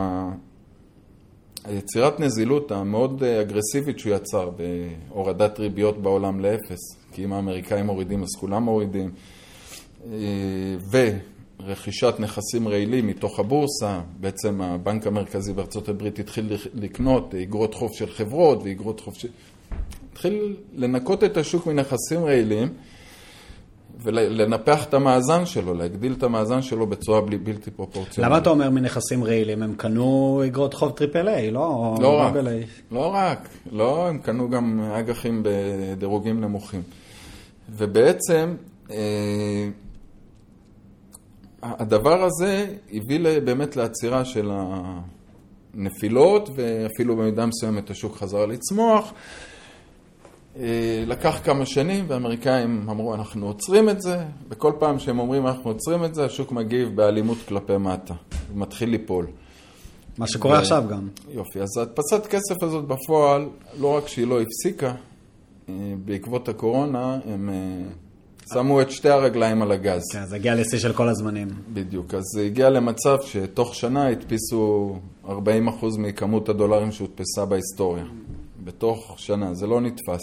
היצירת נזילות המאוד אגרסיבית שהוא יצר בהורדת ריביות בעולם לאפס, כי אם האמריקאים מורידים אז כולם מורידים, ורכישת נכסים רעילים מתוך הבורסה, בעצם הבנק המרכזי בארצות הברית התחיל לקנות אגרות חוב של חברות ואגרות חוב התחיל לנקות את השוק מנכסים רעילים, ולנפח את המאזן שלו, להגדיל את המאזן שלו בצורה בלתי פרופורציונלית. למה אתה אומר מנכסים רעילים? הם קנו אגרות חוב טריפל איי, לא? לא רק. לא, הם קנו גם אג"חים בדירוגים נמוכים. ובעצם הדבר הזה הביא באמת לעצירה של הנפילות, ואפילו במידה מסוימת השוק חזר לצמוח. לקח כמה שנים, והאמריקאים אמרו, אנחנו עוצרים את זה, וכל פעם שהם אומרים, אנחנו עוצרים את זה, השוק מגיב באלימות כלפי מטה, ומתחיל ליפול. מה שקורה עכשיו גם. יופי, אז הדפסת כסף הזאת בפועל, לא רק שהיא לא הפסיקה, בעקבות הקורונה, הם שמו את שתי הרגליים על הגז. כן, זה הגיע לשיא של כל הזמנים. בדיוק, אז זה הגיע למצב שתוך שנה הדפיסו 40% מכמות הדולרים שהודפסה בהיסטוריה. בתוך שנה, זה לא נתפס.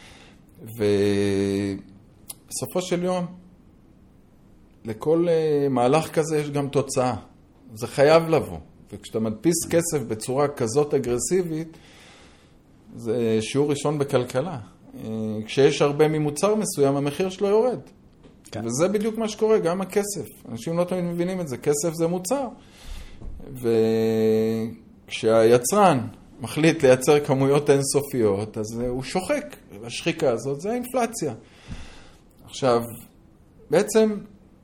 ובסופו של יום, לכל מהלך כזה יש גם תוצאה. זה חייב לבוא. וכשאתה מדפיס כסף בצורה כזאת אגרסיבית, זה שיעור ראשון בכלכלה. כשיש הרבה ממוצר מסוים, המחיר שלו יורד. כן. וזה בדיוק מה שקורה, גם הכסף. אנשים לא תמיד מבינים את זה. כסף זה מוצר. וכשהיצרן מחליט לייצר כמויות אינסופיות, אז הוא שוחק. והשחיקה הזאת זה האינפלציה. עכשיו, בעצם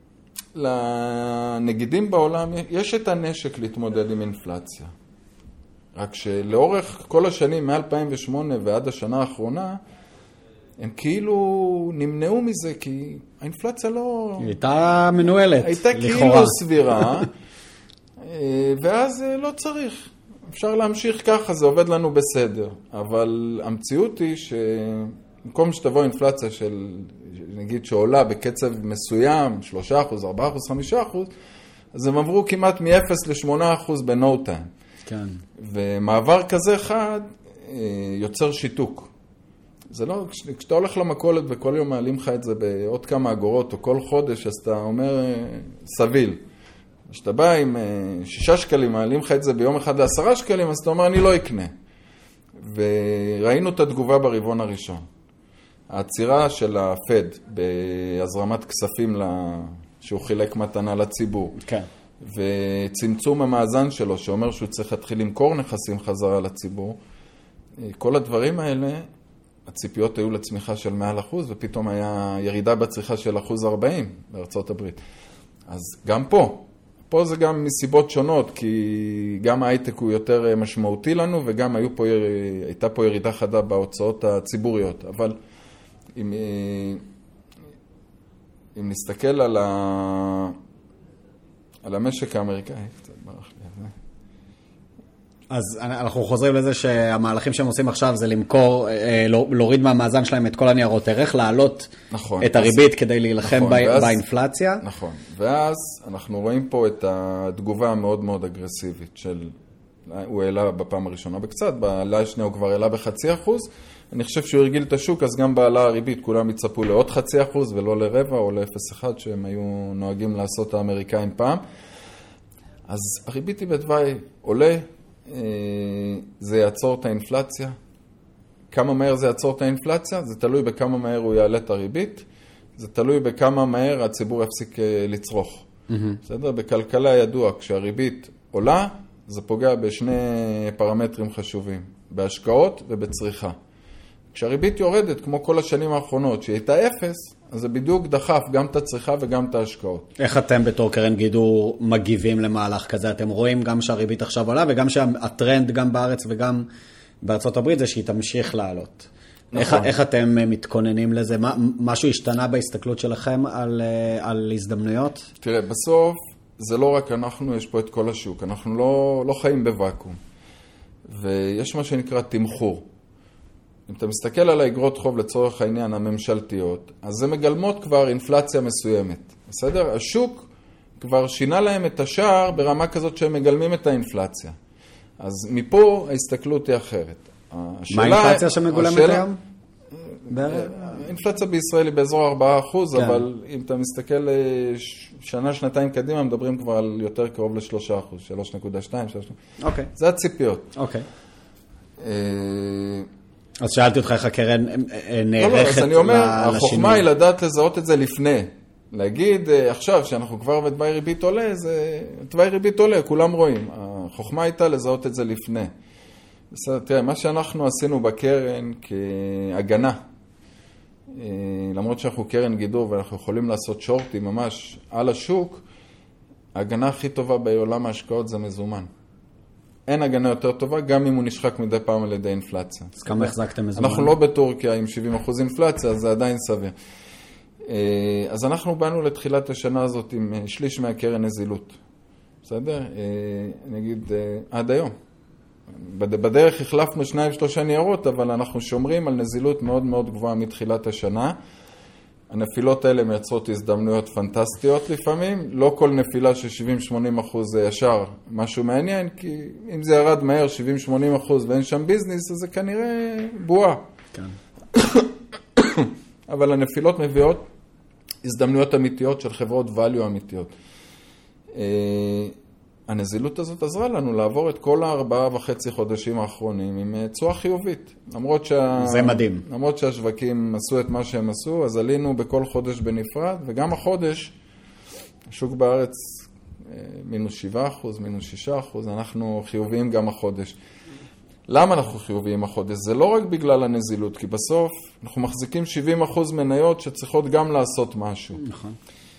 לנגידים בעולם יש את הנשק להתמודד עם אינפלציה. רק שלאורך כל השנים, מ-2008 ועד השנה האחרונה, הם כאילו נמנעו מזה, כי האינפלציה לא... היא הייתה מנוהלת, הייתה לכאורה. כאילו סבירה, ואז לא צריך. אפשר להמשיך ככה, זה עובד לנו בסדר. אבל המציאות היא שבמקום שתבוא אינפלציה של, נגיד, שעולה בקצב מסוים, 3%, 4%, 5%, אז הם עברו כמעט מ-0 ל-8% ב-no time. כן. ומעבר כזה חד יוצר שיתוק. זה לא, כשאתה הולך למכולת וכל יום מעלים לך את זה בעוד כמה אגורות או כל חודש, אז אתה אומר סביל. כשאתה בא עם 6 שקלים, מעלים לך את זה ביום אחד ל10 שקלים, אז אתה אומר אני לא אקנה. וראינו את התגובה ברבעון הראשון. העצירה של הפד בהזרמת כספים שהוא חילק מתנה לציבור. כן. וצמצום המאזן שלו, שאומר שהוא צריך להתחיל למכור נכסים חזרה לציבור. כל הדברים האלה, הציפיות היו לצמיחה של 100%, ופתאום היה ירידה בצריכה של 40% בארצות הברית. אז גם פה, פה זה גם מסיבות שונות, כי גם ההייטק הוא יותר משמעותי לנו, וגם הייתה פה ירידה חדה בהוצאות הציבוריות. אבל אם נסתכל על המשק האמריקאי, קצת ברח לי על זה. אז אנחנו חוזרים לזה שהמהלכים שהם עושים עכשיו זה למכור, להוריד מהמאזן שלהם את כל הניירות ערך, להעלות את הריבית כדי להילחם באינפלציה. נכון, ואז אנחנו רואים פה את התגובה המאוד מאוד אגרסיבית של, הוא העלה בפעם הראשונה בקצת, בעלה השנייה הוא כבר העלה ב0.5%, אני חושב שהוא הרגיל את השוק, אז גם בעלה הריבית כולם יצפו לעוד 0.5% ולא ל0.25% או ל0.1% שהם היו נוהגים לעשות האמריקאים פעם. אז הריבית היא בתוואי עולה, זה יעצור את האינפלציה. כמה מהר זה יעצור את האינפלציה? זה תלוי בכמה מהר הוא יעלה את הריבית, זה תלוי בכמה מהר הציבור יפסיק לצרוך. בסדר? בכלכלה ידוע, כשהריבית עולה, זה פוגע בשני פרמטרים חשובים, בהשקעות ובצריכה. כשהריבית יורדת, כמו כל השנים האחרונות, שהיא הייתה 0, אז זה בדיוק דחף גם את הצריכה וגם את ההשקעות. איך אתם בתור קרן גידור מגיבים למהלך כזה? אתם רואים גם שהריבית עכשיו עולה, וגם שהטרנד גם בארץ וגם בארצות הברית זה שהיא תמשיך לעלות. נכון. איך אתם מתכוננים לזה? משהו השתנה בהסתכלות שלכם על הזדמנויות? תראה, בסוף זה לא רק אנחנו, יש פה את כל השוק. אנחנו לא חיים בוואקום. ויש מה שנקרא תמחור. אם אתה מסתכל על האגרות חוב לצורך העניין הממשלתיות, אז זה מגלמות כבר אינפלציה מסוימת. בסדר? השוק כבר שינה להם את השער ברמה כזאת שהם מגלמים את האינפלציה. אז מפה ההסתכלות היא אחרת. מה האינפלציה שמגולמת היום? האינפלציה בישראל היא באזור 4%, אבל אם אתה מסתכל שנה, שנתיים קדימה, מדברים כבר על יותר קרוב ל3%, 3.2, 3.2. זה הציפיות. אוקיי. אז שאלתי אותך איך הקרן נערכת לא, אז אני אומר, החוכמה היא לדעת לזהות את זה לפני. להגיד עכשיו שאנחנו כבר בתוואי ריבית עולה, תוואי ריבית עולה, כולם רואים. החוכמה הייתה לזהות את זה לפני. בסדר, תראה, מה שאנחנו עשינו בקרן כהגנה, למרות שאנחנו קרן גידור ואנחנו יכולים לעשות שורטים ממש על השוק, ההגנה הכי טובה בעולם ההשקעות זה מזומן. אין הגנה יותר טובה, גם אם הוא נשחק מדי פעם על ידי אינפלציה. אז כמה החזקתם מזומן? אנחנו לא בטורקיה עם 70% אינפלציה, אז זה עדיין סביר. אז אנחנו באנו לתחילת השנה הזאת עם שליש מהקרן נזילות. בסדר? אני אגיד, עד היום. בדרך החלפנו 2-3 ניירות, אבל אנחנו שומרים על נזילות מאוד מאוד גבוהה מתחילת השנה. הנפילות האלה מייצרות הזדמנויות פנטסטיות לפעמים. לא כל נפילה של 70-80% זה ישר משהו מעניין, כי אם זה ירד מהר 70-80% ואין שם ביזנס, אז זה כנראה בועה. כן. אבל הנפילות מביאות הזדמנויות אמיתיות של חברות value אמיתיות. הנזילות הזאת עזרה לנו לעבור את כל 4.5 חודשים האחרונים עם תשואה חיובית. זה מדהים. למרות שהשווקים עשו את מה שהם עשו, אז עלינו בכל חודש בנפרד, וגם החודש, השוק בארץ -7%, -6%, אנחנו חיוביים גם החודש. למה אנחנו חיוביים החודש? זה לא רק בגלל הנזילות, כי בסוף אנחנו מחזיקים 70% מניות שצריכות גם לעשות משהו. נכון.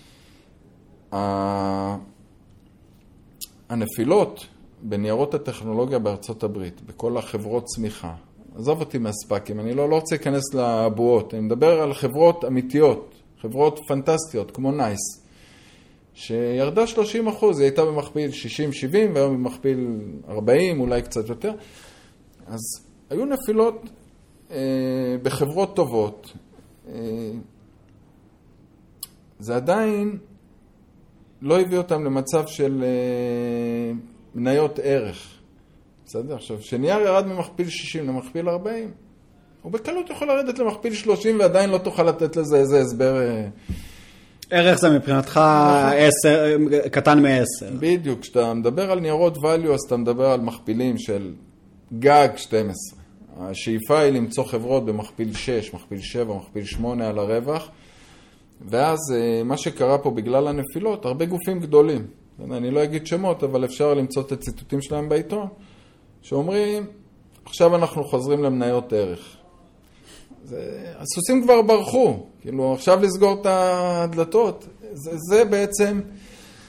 הנפילות בניירות הטכנולוגיה בארצות הברית, בכל החברות צמיחה, עזוב אותי מהספקים, אני לא רוצה להיכנס לבועות, אני מדבר על חברות אמיתיות, חברות פנטסטיות, כמו נייס, שירדה 30%, היא הייתה במכפיל 60-70, והיום במכפיל 40, אולי קצת יותר. אז היו נפילות בחברות טובות. זה עדיין לא הביא אותם למצב של מניות ערך. בסדר? עכשיו, שנייר ירד ממכפיל 60 למכפיל 40, הוא בקלות יכול לרדת למכפיל 30 ועדיין לא תוכל לתת לזה איזה הסבר. ערך זה מבחינתך קטן מ-10. בדיוק, כשאתה מדבר על ניירות value, אז אתה מדבר על מכפילים של גג 12. השאיפה היא למצוא חברות במכפיל 6, מכפיל 7, מכפיל 8 על הרווח, ואז מה שקרה פה בגלל הנפילות, הרבה גופים גדולים, אני לא אגיד שמות, אבל אפשר למצוא את הציטוטים שלהם בעיתון, שאומרים, עכשיו אנחנו חוזרים למניות ערך. הסוסים כבר ברחו, כאילו עכשיו לסגור את הדלתות, זה בעצם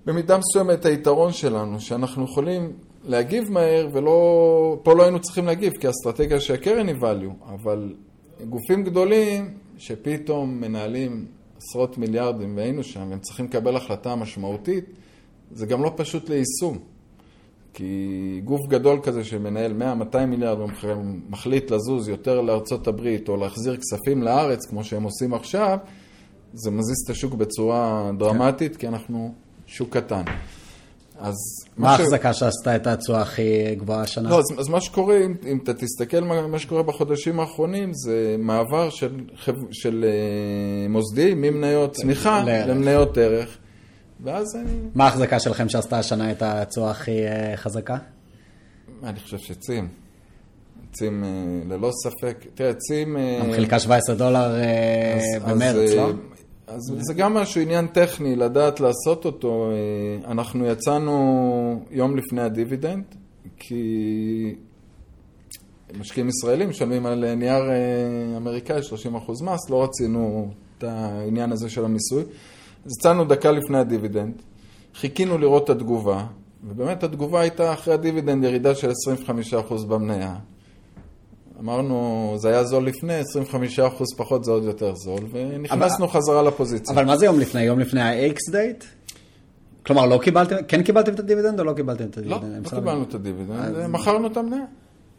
במידה מסוימת היתרון שלנו, שאנחנו יכולים להגיב מהר, פה לא היינו צריכים להגיב, כי האסטרטגיה שהקרן היא value, אבל גופים גדולים שפתאום מנהלים עשרות מיליארדים והיינו שם, והם צריכים לקבל החלטה משמעותית, זה גם לא פשוט ליישום. כי גוף גדול כזה שמנהל 100-200 מיליארד ומחליט לזוז יותר לארצות הברית או להחזיר כספים לארץ כמו שהם עושים עכשיו, זה מזיז את השוק בצורה דרמטית, כי אנחנו שוק קטן. מה ההחזקה שעשתה את התשואה הכי גבוהה השנה? לא, אז מה שקורה, אם אתה תסתכל מה שקורה בחודשים האחרונים, זה מעבר של מוסדים ממניות צמיחה למניות ערך. מה ההחזקה שלכם שעשתה השנה את התשואה הכי חזקה? אני חושב שצים. צים ללא ספק. תראה, צים... חילקה $17 במרץ, לא? אז זה גם משהו עניין טכני, לדעת לעשות אותו. אנחנו יצאנו יום לפני הדיבידנד, כי משקיעים ישראלים משלמים על נייר אמריקאי 30% מס, לא רצינו את העניין הזה של המיסוי. אז יצאנו דקה לפני הדיבידנד, חיכינו לראות את התגובה, ובאמת התגובה הייתה אחרי הדיבידנד ירידה של 25% במניה. אמרנו, זה היה זול לפני, 25% פחות זה עוד יותר זול, ונכנסנו חזרה לפוזיציה. אבל מה זה יום לפני? יום לפני ה-X date? כלומר, לא קיבלתם, כן קיבלתם את הדיבידנד או לא קיבלתם את הדיבידנד? לא קיבלנו את הדיבידנד, מכרנו את המניה.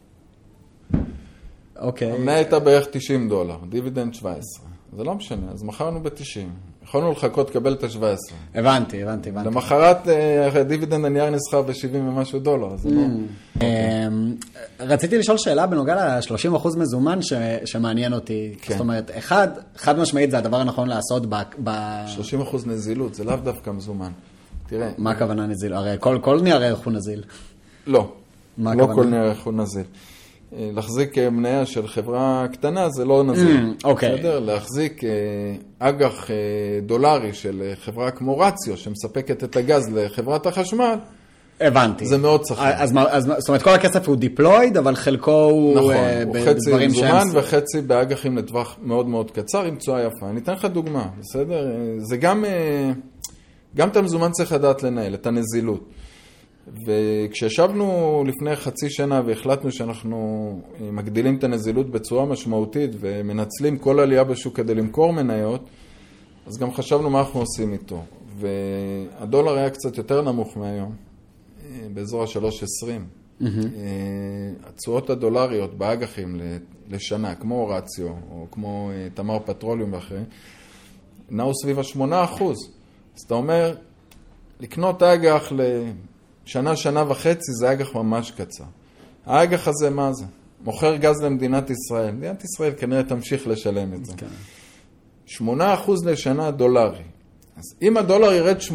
אוקיי. המניה הייתה בערך $90, דיבידנד 17. זה לא משנה, אז מכרנו ב-90. יכולנו לחכות לקבל את ה-17. הבנתי. למחרת הדיבידנד הנייר נסחר ב-$70 ומשהו, זה לא... רציתי לשאול שאלה בנוגע ל-30% מזומן שמעניין אותי. זאת אומרת, חד משמעית זה הדבר הנכון לעשות ב... 30% נזילות, זה לאו דווקא מזומן. תראה... מה הכוונה נזיל? הרי כל נייר ערך הוא נזיל. לא, לא כל נייר ערך הוא נזיל. להחזיק מניה של חברה קטנה זה לא נזיל. בסדר? להחזיק אג"ח דולרי של חברה כמו רציו, שמספקת את הגז לחברת החשמל, הבנתי. זה מאוד צחק. זאת אומרת, כל הכסף הוא דיפלויד, אבל חלקו הוא חצי מזומן וחצי באג"חים לטווח מאוד מאוד קצר, עם תשואה יפה. אני אתן לך דוגמה, בסדר? זה גם את המזומן צריך לדעת לנהל, את הנזילות. וכשישבנו לפני חצי שנה והחלטנו שאנחנו מגדילים את הנזילות בצורה משמעותית ומנצלים כל עלייה בשוק כדי למכור מניות, אז גם חשבנו מה אנחנו עושים איתו. והדולר היה קצת יותר נמוך מהיום, באזור ה-3.20. התשואות הדולריות באג"חים לשנה, כמו רציו או כמו תמר פטרוליום ואחרים, נעו סביב ה-8%. אז אתה אומר, לקנות אג"ח שנה וחצי זה אג"ח ממש קצר. האג"ח הזה מה זה? מוכר גז למדינת ישראל. מדינת ישראל כנראה תמשיך לשלם את זה. 8% לשנה דולרי. אז אם הדולר ירד 8%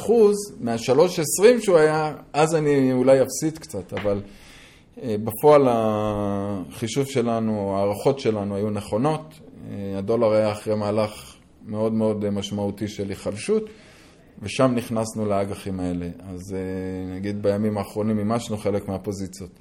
מה-3.20 שהוא היה, אז אני אולי אפסיד קצת, אבל בפועל החישוב שלנו, הערכות שלנו היו נכונות. הדולר היה אחרי מהלך מאוד מאוד משמעותי של היחלשות, ושם נכנסנו לאג"חים האלה. אז נגיד בימים האחרונים מימשנו חלק מהפוזיציות.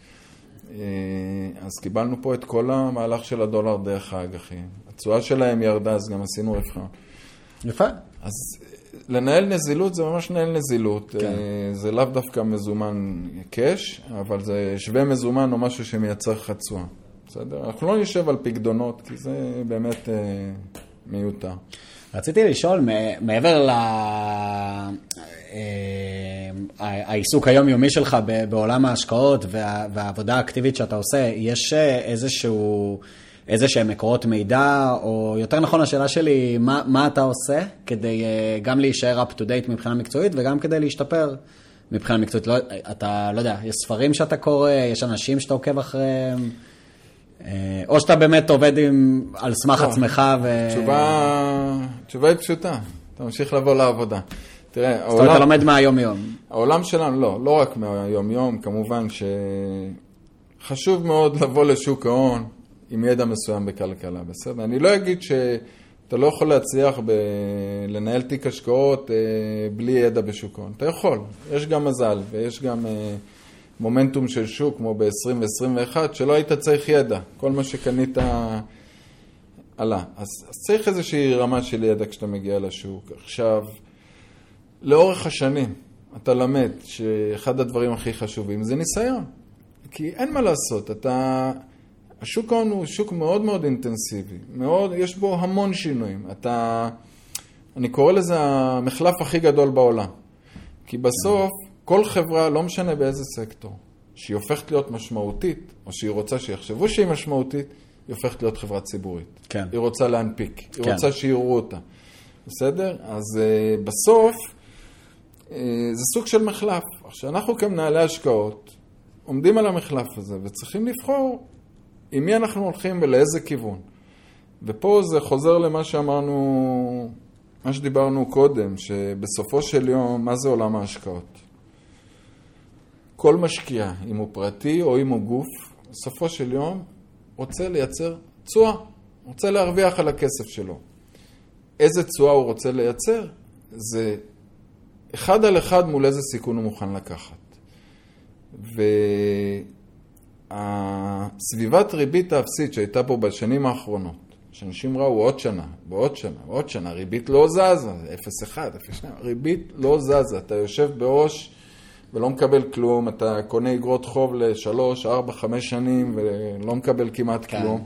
אז קיבלנו פה את כל המהלך של הדולר דרך האג"חים. התשואה שלהם ירדה, אז גם עשינו רווחים. יפה. אז לנהל נזילות זה ממש לנהל נזילות. כן. זה לאו דווקא מזומן קש, אבל זה שווה מזומן או משהו שמייצר לך תשואה. בסדר? אנחנו לא נשב על פקדונות, כי זה באמת מיותר. רציתי לשאול, מעבר העיסוק היומיומי שלך בעולם ההשקעות והעבודה האקטיבית שאתה עושה, יש איזשהם מקורות מידע, או יותר נכון השאלה שלי, מה אתה עושה כדי גם להישאר up to date מבחינה מקצועית, וגם כדי להשתפר מבחינה מקצועית? אתה לא יודע, יש ספרים שאתה קורא, יש אנשים שאתה עוקב אחריהם, או שאתה באמת עובד על סמך עצמך תשובה היא פשוטה, אתה ממשיך לבוא לעבודה. תראה, זאת אומרת, אתה לומד מהיום-יום. העולם שלנו, לא רק מהיום-יום, כמובן שחשוב מאוד לבוא לשוק ההון עם ידע מסוים בכלכלה, בסדר? אני לא אגיד שאתה לא יכול להצליח לנהל תיק השקעות בלי ידע בשוק ההון. אתה יכול, יש גם מזל ויש גם מומנטום של שוק, כמו ב-2021, שלא היית צריך ידע. כל מה שקנית עלה. אז צריך איזושהי רמה של ידע כשאתה מגיע לשוק. עכשיו, לאורך השנים, אתה למד שאחד הדברים הכי חשובים זה ניסיון. כי אין מה לעשות, השוק ההון הוא שוק מאוד מאוד אינטנסיבי, יש בו המון שינויים. אני קורא לזה המחלף הכי גדול בעולם. כי בסוף, כל חברה, לא משנה באיזה סקטור, שהיא הופכת להיות משמעותית, או שהיא רוצה שיחשבו שהיא משמעותית, היא הופכת להיות חברה ציבורית. כן. היא רוצה להנפיק, היא כן. רוצה שיראו אותה. בסדר? אז בסוף, זה סוג של מחלף. עכשיו, אנחנו כמנהלי השקעות, עומדים על המחלף הזה, וצריכים לבחור עם מי אנחנו הולכים ולאיזה כיוון. ופה זה חוזר למה שאמרנו, מה שדיברנו קודם, שבסופו של יום, מה זה עולם ההשקעות? כל משקיע, אם הוא פרטי או אם הוא גוף, בסופו של יום רוצה לייצר תשואה, רוצה להרוויח על הכסף שלו. איזה תשואה הוא רוצה לייצר? זה אחד על אחד מול איזה סיכון הוא מוכן לקחת. והסביבת ריבית האפסית שהייתה פה בשנים האחרונות, שאנשים ראו עוד שנה, ועוד שנה, ועוד שנה, ריבית לא זזה, 0.1, 0.2, ריבית לא זזה, אתה יושב בראש ולא מקבל כלום, אתה קונה אגרות חוב ל3, 4, 5 שנים ולא מקבל כמעט כלום.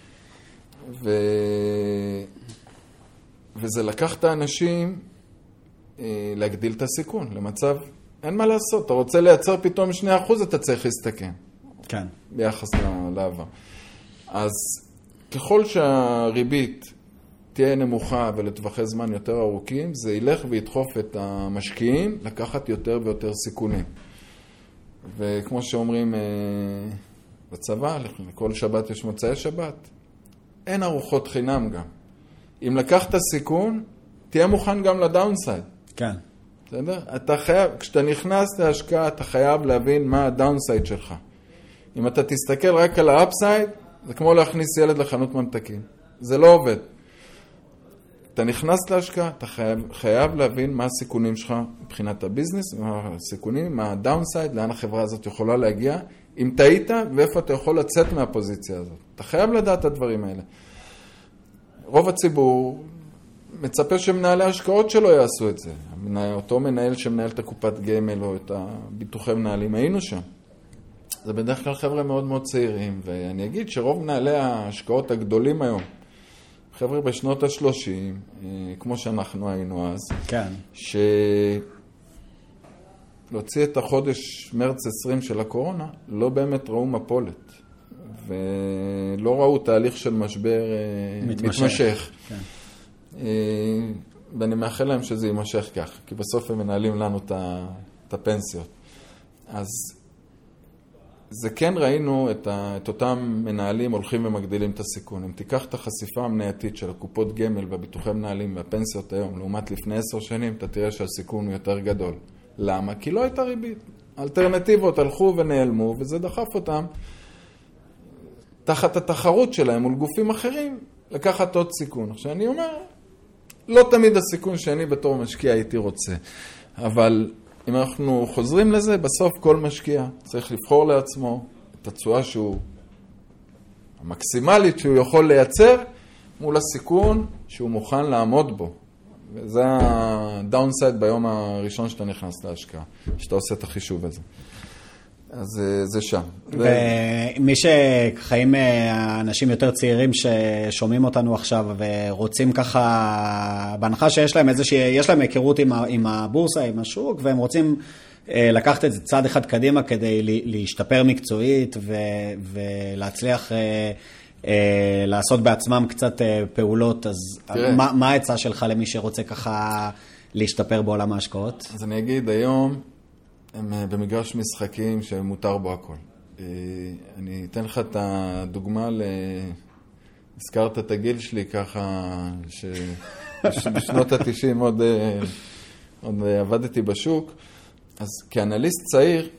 וזה לקח את האנשים להגדיל את הסיכון למצב, אין מה לעשות, אתה רוצה לייצר פתאום 2%, אתה צריך להסתכן. כן. ביחס לעבר. אז ככל שהריבית תהיה נמוכה ולטווחי זמן יותר ארוכים, זה ילך וידחוף את המשקיעים לקחת יותר ויותר סיכונים. וכמו שאומרים בצבא, לכל שבת יש מוצאי שבת, אין ארוחות חינם גם. אם לקחת סיכון, תהיה מוכן גם לדאונסייד. כן. בסדר? אתה חייב, כשאתה נכנס להשקעה, אתה חייב להבין מה הדאונסייד שלך. אם אתה תסתכל רק על האפסייד, זה כמו להכניס ילד לחנות ממתקים. זה לא עובד. אתה נכנס להשקעה, אתה חייב להבין מה הסיכונים שלך מבחינת הביזנס, מה הסיכונים, מה הדאונסייד, לאן החברה הזאת יכולה להגיע, אם טעית ואיפה אתה יכול לצאת מהפוזיציה הזאת. אתה חייב לדעת את הדברים האלה. רוב הציבור מצפה שמנהלי ההשקעות שלו יעשו את זה. אותו מנהל שמנהל את הקופת גמל או את הביטוחי מנהלים, היינו שם. זה בדרך כלל חבר'ה מאוד מאוד צעירים, ואני אגיד שרוב מנהלי ההשקעות הגדולים היום, חבר'ה בשנות ה-30, כמו שאנחנו היינו אז, כן. להוציא את החודש מרץ 20 של הקורונה, לא באמת ראו מפולת, ולא ראו תהליך של משבר מתמשך. כן. ואני מאחל להם שזה יימשך כך, כי בסוף הם מנהלים לנו את הפנסיות. אז זה כן ראינו את אותם מנהלים הולכים ומגדילים את הסיכון. אם תיקח את החשיפה המנייתית של הקופות גמל והביטוחי מנהלים והפנסיות היום, לעומת לפני 10 שנים, אתה תראה שהסיכון הוא יותר גדול. למה? כי לא הייתה ריבית. האלטרנטיבות הלכו ונעלמו, וזה דחף אותם תחת התחרות שלהם מול גופים אחרים, לקחת עוד סיכון. עכשיו אני אומר, לא תמיד הסיכון שאני בתור משקיע הייתי רוצה, אבל אם אנחנו חוזרים לזה, בסוף כל משקיע צריך לבחור לעצמו את התשואה המקסימלית שהוא יכול לייצר מול הסיכון שהוא מוכן לעמוד בו. וזה הדאונסייד ביום הראשון שאתה נכנס להשקעה, שאתה עושה את החישוב הזה. אז זה שם. ומי שחיים אנשים יותר צעירים ששומעים אותנו עכשיו ורוצים ככה, בהנחה שיש להם יש להם היכרות עם הבורסה, עם השוק, והם רוצים לקחת את זה צעד אחד קדימה כדי להשתפר מקצועית ולהצליח לעשות בעצמם קצת פעולות, אז מה העצה שלך למי שרוצה ככה להשתפר בעולם ההשקעות? אז אני אגיד, היום הם במגרש משחקים שמותר בו הכל. אני אתן לך את הדוגמה, הזכרת את הגיל שלי ככה, שבשנות ה-90 עוד עבדתי בשוק, אז כאנליסט צעיר,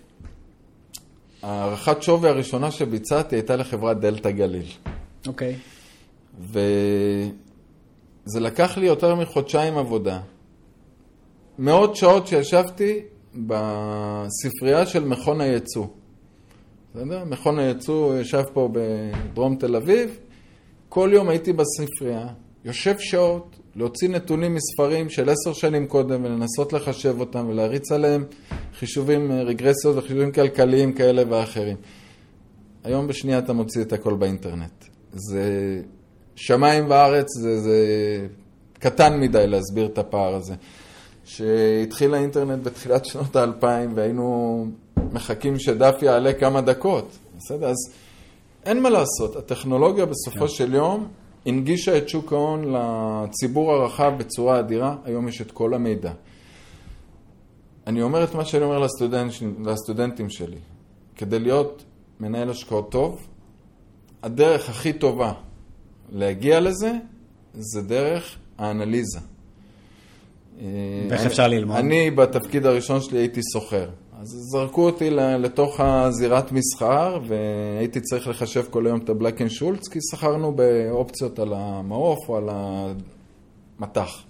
הערכת שווי הראשונה שביצעתי הייתה לחברת דלטה גליל. אוקיי. וזה לקח לי יותר מחודשיים עבודה. מאות שעות שישבתי בספרייה של מכון הייצוא. בסדר? מכון הייצוא ישב פה בדרום תל אביב. כל יום הייתי בספרייה, יושב שעות, להוציא נתונים מספרים של 10 שנים קודם ולנסות לחשב אותם ולהריץ עליהם חישובים, רגרסיות וחישובים כלכליים כאלה ואחרים. היום בשנייה אתה מוציא את הכל באינטרנט. זה שמיים וארץ, זה קטן מדי להסביר את הפער הזה. שהתחיל האינטרנט בתחילת שנות ה-2000 והיינו מחכים שדף יעלה כמה דקות. בסדר? אז אין מה לעשות. הטכנולוגיה בסופו של יום הנגישה את שוק ההון לציבור הרחב בצורה אדירה. היום יש את כל המידע. אני אומר את מה שאני אומר לסטודנטים שלי. כדי להיות מנהל השקעות טוב, הדרך הכי טובה להגיע לזה, זה דרך האנליזה. ואיך אפשר ללמוד? אני בתפקיד הראשון שלי הייתי סוחר. אז זרקו אותי לתוך הזירת מסחר, והייתי צריך לחשב כל היום את הבלק אנד שולץ, כי שכרנו באופציות על המעוף או על המתח.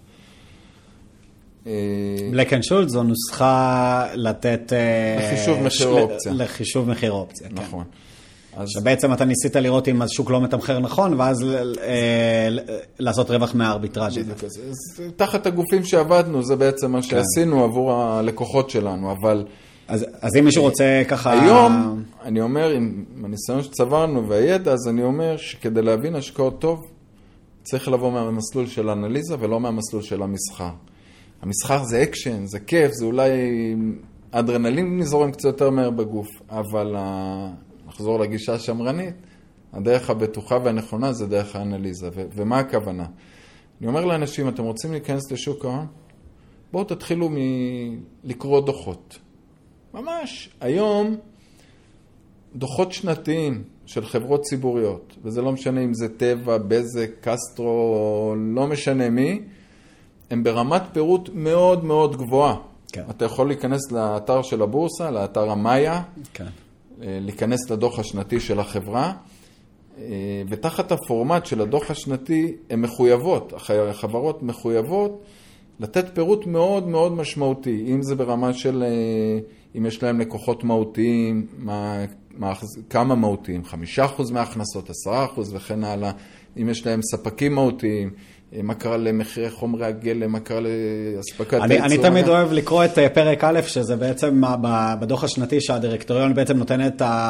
בלק אנד שולץ זו נוסחה לתת... לחישוב מחיר אופציה. לחישוב מחיר אופציה, כן. נכון. שבעצם אתה ניסית לראות אם השוק לא מתמחר נכון, ואז לעשות רווח מהארביטראז' הזה. תחת הגופים שעבדנו, זה בעצם מה שעשינו עבור הלקוחות שלנו, אבל... אז אם מישהו רוצה ככה... היום, אני אומר, עם הניסיון שצברנו והידע, אז אני אומר שכדי להבין השקעות טוב, צריך לבוא מהמסלול של האנליזה ולא מהמסלול של המסחר. המסחר זה אקשן, זה כיף, זה אולי אדרנלין נזורם קצת יותר מהר בגוף, אבל נחזור לגישה השמרנית, הדרך הבטוחה והנכונה זה דרך האנליזה. ומה הכוונה? אני אומר לאנשים, אתם רוצים להיכנס לשוק ההון? בואו תתחילו לקרוא דוחות. ממש, היום דוחות שנתיים של חברות ציבוריות, וזה לא משנה אם זה טבע, בזק, קסטרו, לא משנה מי, הם ברמת פירוט מאוד מאוד גבוהה. כן. אתה יכול להיכנס לאתר של הבורסה, לאתר המאיה, כן. להיכנס לדוח השנתי של החברה, ותחת הפורמט של הדוח השנתי הם מחויבות, החברות מחויבות לתת פירוט מאוד מאוד משמעותי, אם זה ברמה של, אם יש להם לקוחות מהותיים, כמה מהותיים, 5% מההכנסות, 10% וכן הלאה, אם יש להם ספקים מהותיים, מה קרה למחירי חומרי הגלם, מה קרה להספקת הייצור. אני תמיד אוהב לקרוא את פרק א', שזה בעצם בדוח השנתי שהדירקטוריון בעצם נותן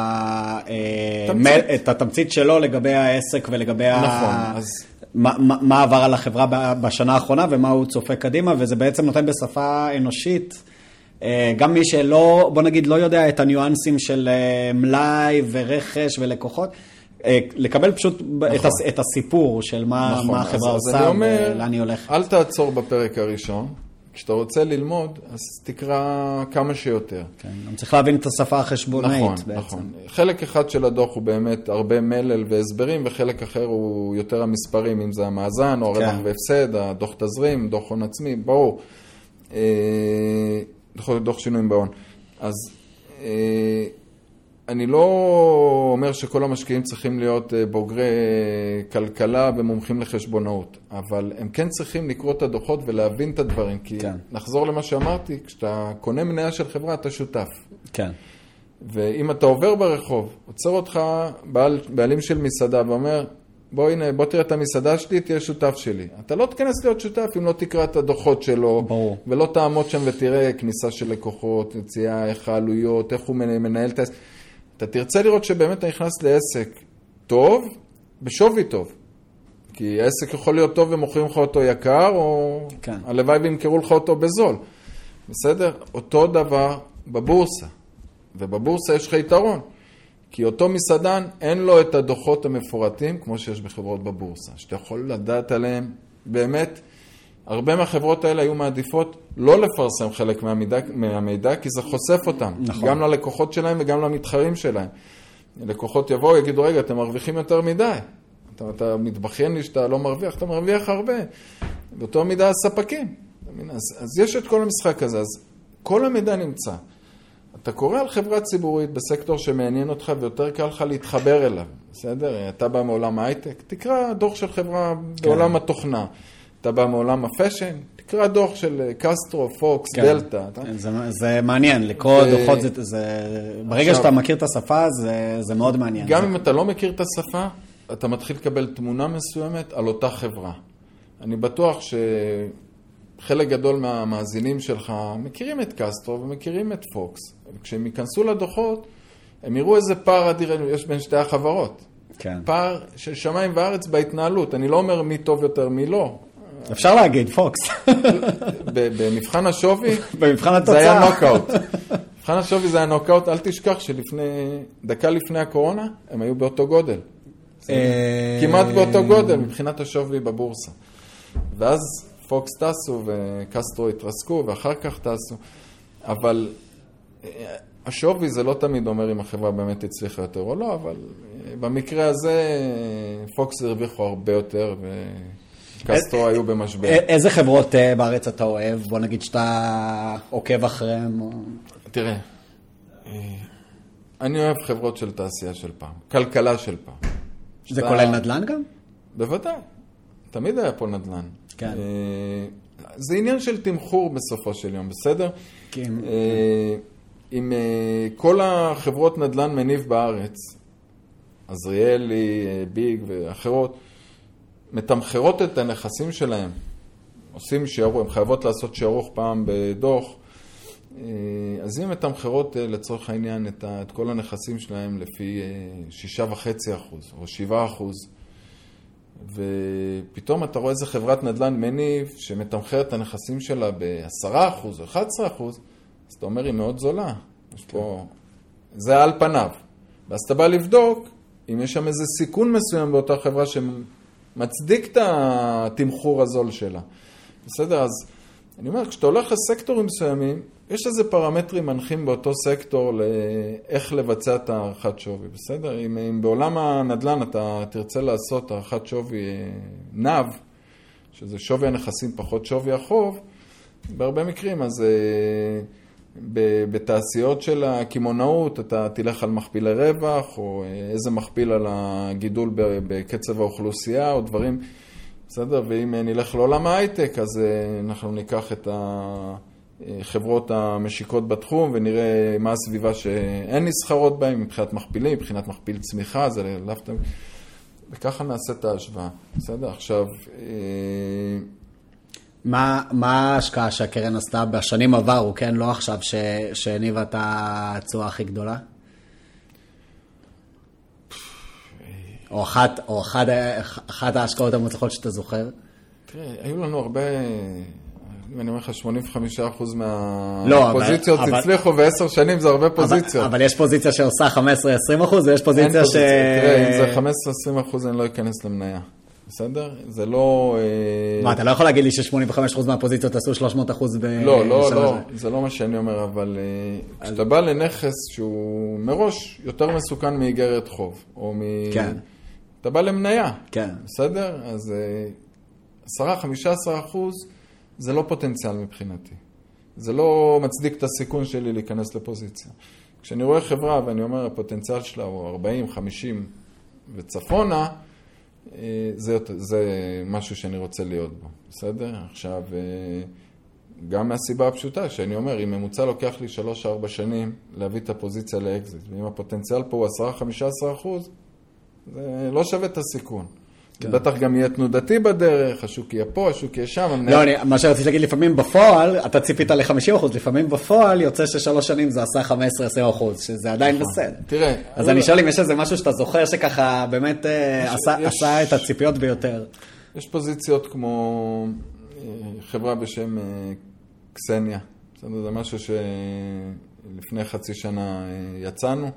את התמצית שלו לגבי העסק ולגבי מה עבר על החברה בשנה האחרונה ומה הוא צופה קדימה, וזה בעצם נותן בשפה אנושית, גם מי שלא, בוא נגיד, לא יודע את הניואנסים של מלאי ורכש ולקוחות, לקבל פשוט את הסיפור של מה החברה עושה ולאן היא הולכת. אל תעצור בפרק הראשון. כשאתה רוצה ללמוד, אז תקרא כמה שיותר. כן, גם צריך להבין את השפה החשבונאית בעצם. נכון. חלק אחד של הדוח הוא באמת הרבה מלל והסברים, וחלק אחר הוא יותר המספרים, אם זה המאזן, או הרווח והפסד, הדוח תזרים, דוח הון עצמי, ברור. דוח שינויים בהון. אז אני לא אומר שכל המשקיעים צריכים להיות בוגרי כלכלה ומומחים לחשבונאות, אבל הם כן צריכים לקרוא את הדוחות ולהבין את הדברים, כי נחזור למה שאמרתי, כשאתה קונה מניה של חברה אתה שותף. כן. ואם אתה עובר ברחוב, עוצר אותך בעלים של מסעדה ואומר, בוא תראה את המסעדה שלי, תהיה שותף שלי. אתה לא תכנס להיות שותף אם לא תקרא את הדוחות שלו, ברור. ולא תעמוד שם ותראה כניסה של לקוחות, יציאה, איך העלויות, איך הוא מנהל את העסק. אתה תרצה לראות שבאמת אתה נכנס לעסק טוב, בשווי טוב. כי העסק יכול להיות טוב ומוכרים לך אותו יקר, או הלוואי וימכרו לך אותו בזול. בסדר? אותו דבר בבורסה. ובבורסה יש לך יתרון. כי אותו מסעדן אין לו את הדוחות המפורטים, כמו שיש בחברות בבורסה. שאתה יכול לדעת עליהם באמת. הרבה מהחברות האלה היו מעדיפות לא לפרסם חלק מהמידע, כי זה חושף אותם. נכון. גם ללקוחות שלהם וגם למתחרים שלהם. לקוחות יבואו, יגידו, רגע, אתם מרוויחים יותר מדי. אתה מתבכיין לי שאתה לא מרוויח, אתה מרוויח הרבה. באותו מידה הספקים. אז יש את כל המשחק הזה. אז כל המידע נמצא. אתה קורא על חברה ציבורית בסקטור שמעניין אותך ויותר קל לך להתחבר אליו. בסדר? אתה בא מעולם ההייטק, תקרא דוח של חברה בעולם התוכנה. אתה בא מעולם הפשן, תקרא דוח של קסטרו, פוקס, דלטה. זה מעניין, לקרוא דוחות, ברגע שאתה מכיר את השפה, זה מאוד מעניין. גם אם אתה לא מכיר את השפה, אתה מתחיל לקבל תמונה מסוימת על אותה חברה. אני בטוח שחלק גדול מהמאזינים שלך מכירים את קסטרו ומכירים את פוקס. וכשהם ייכנסו לדוחות, הם יראו איזה פער אדיר יש בין שתי החברות. כן. פער של שמיים וארץ בהתנהלות. אני לא אומר מי טוב יותר, מי לא. אפשר להגיד, פוקס. במבחן השווי, במבחן התוצאה. זה היה נוקאוט. מבחן השווי זה היה נוקאוט. אל תשכח דקה לפני הקורונה, הם היו באותו גודל. כמעט באותו גודל מבחינת השווי בבורסה. ואז פוקס טסו וקסטרו התרסקו ואחר כך טסו. אבל השווי זה לא תמיד אומר אם החברה באמת הצליחה יותר או לא, אבל במקרה הזה פוקס הרוויחו הרבה יותר וקסטרו היו במשבר. איזה חברות בארץ אתה אוהב? בוא נגיד שאתה עוקב אחריהם. תראה, אני אוהב חברות של תעשייה של פעם, כלכלה של פעם. זה כולל נדל"ן גם? בוודאי, תמיד היה פה נדל"ן. כן. זה עניין של תמחור בסופו של יום, בסדר? כן. עם כל החברות נדל"ן מניב בארץ, עזריאלי, ביג ואחרות, מתמחרות את הנכסים שלהם, עושים שיערוך, הם חייבות לעשות שיערוך פעם בדוח, אז אם מתמחרות לצורך העניין את כל הנכסים שלהם לפי 6.5% או 7%, ופתאום אתה רואה איזה חברת נדל"ן מניב שמתמחרת את הנכסים שלה ב10% או 11%, אז אתה אומר, היא מאוד זולה. יש פה... זה על פניו. ואז אתה בא לבדוק אם יש שם איזה סיכון מסוים באותה חברה שמצדיק את התמחור הזול שלה. בסדר? אז אני אומר, כשאתה הולך לסקטורים מסוימים, יש איזה פרמטרים מנחים באותו סקטור לאיך לבצע את הערכת שווי. בסדר? אם בעולם הנדל"ן אתה תרצה לעשות הערכת שווי נב, שזה שווי הנכסים פחות שווי החוב, בהרבה מקרים, אז בתעשיות של הכימונאות אתה תלך על מכפילי רווח, או איזה מכפיל על הגידול בקצב האוכלוסייה, או דברים, בסדר? ואם נלך לעולם ההייטק, אז אנחנו ניקח את החברות המשיקות בתחום, ונראה מה הסביבה שאין נסחרות בהן, מבחינת מכפילים, מבחינת מכפיל צמיחה, זה לאפתם, וככה נעשה את ההשוואה, בסדר? עכשיו... מה ההשקעה שהקרן עשתה בשנים עברו, כן? לא עכשיו שהניבה את התשואה הכי גדולה? או אחת ההשקעות המוצלחות שאתה זוכר? תראה, היו לנו הרבה, אני אומר לך, 85% מהפוזיציות הצליחו, ו10 שנים זה הרבה פוזיציות. אבל יש פוזיציה שעושה 15-20%, ויש פוזיציה ש... תראה, אם זה 15-20% אני לא אכנס למניה. בסדר? זה לא... מה, אתה לא יכול להגיד לי ש85% מהפוזיציות עשו 300% לא, זה לא מה שאני אומר, אבל כשאתה בא לנכס שהוא מראש יותר מסוכן מאיגרת חוב, או כן. אתה בא למניה, כן. בסדר? אז 10-15% זה לא פוטנציאל מבחינתי. זה לא מצדיק את הסיכון שלי להיכנס לפוזיציה. כשאני רואה חברה ואני אומר, הפוטנציאל שלה הוא 40, 50 וצפונה, זה משהו שאני רוצה להיות בו, בסדר? עכשיו, גם מהסיבה הפשוטה, שאני אומר, אם ממוצע לוקח לי 3-4 שנים להביא את הפוזיציה לאקזיט, ואם הפוטנציאל פה הוא 10-15%, זה לא שווה את הסיכון. כן. בטח גם יהיה תנודתי בדרך, השוק יהיה פה, השוק יהיה שם. לא, מה שרציתי להגיד, לפעמים בפועל, אתה ציפית ל-50%, לפעמים בפועל יוצא ש3 שנים זה עשה 15-20%, שזה עדיין בסדר. תראה. אז אני שואל אם יש איזה משהו שאתה זוכר שככה באמת עשה את הציפיות ביותר. יש פוזיציות כמו חברה בשם קסניה. זה משהו שלפני חצי שנה יצאנו.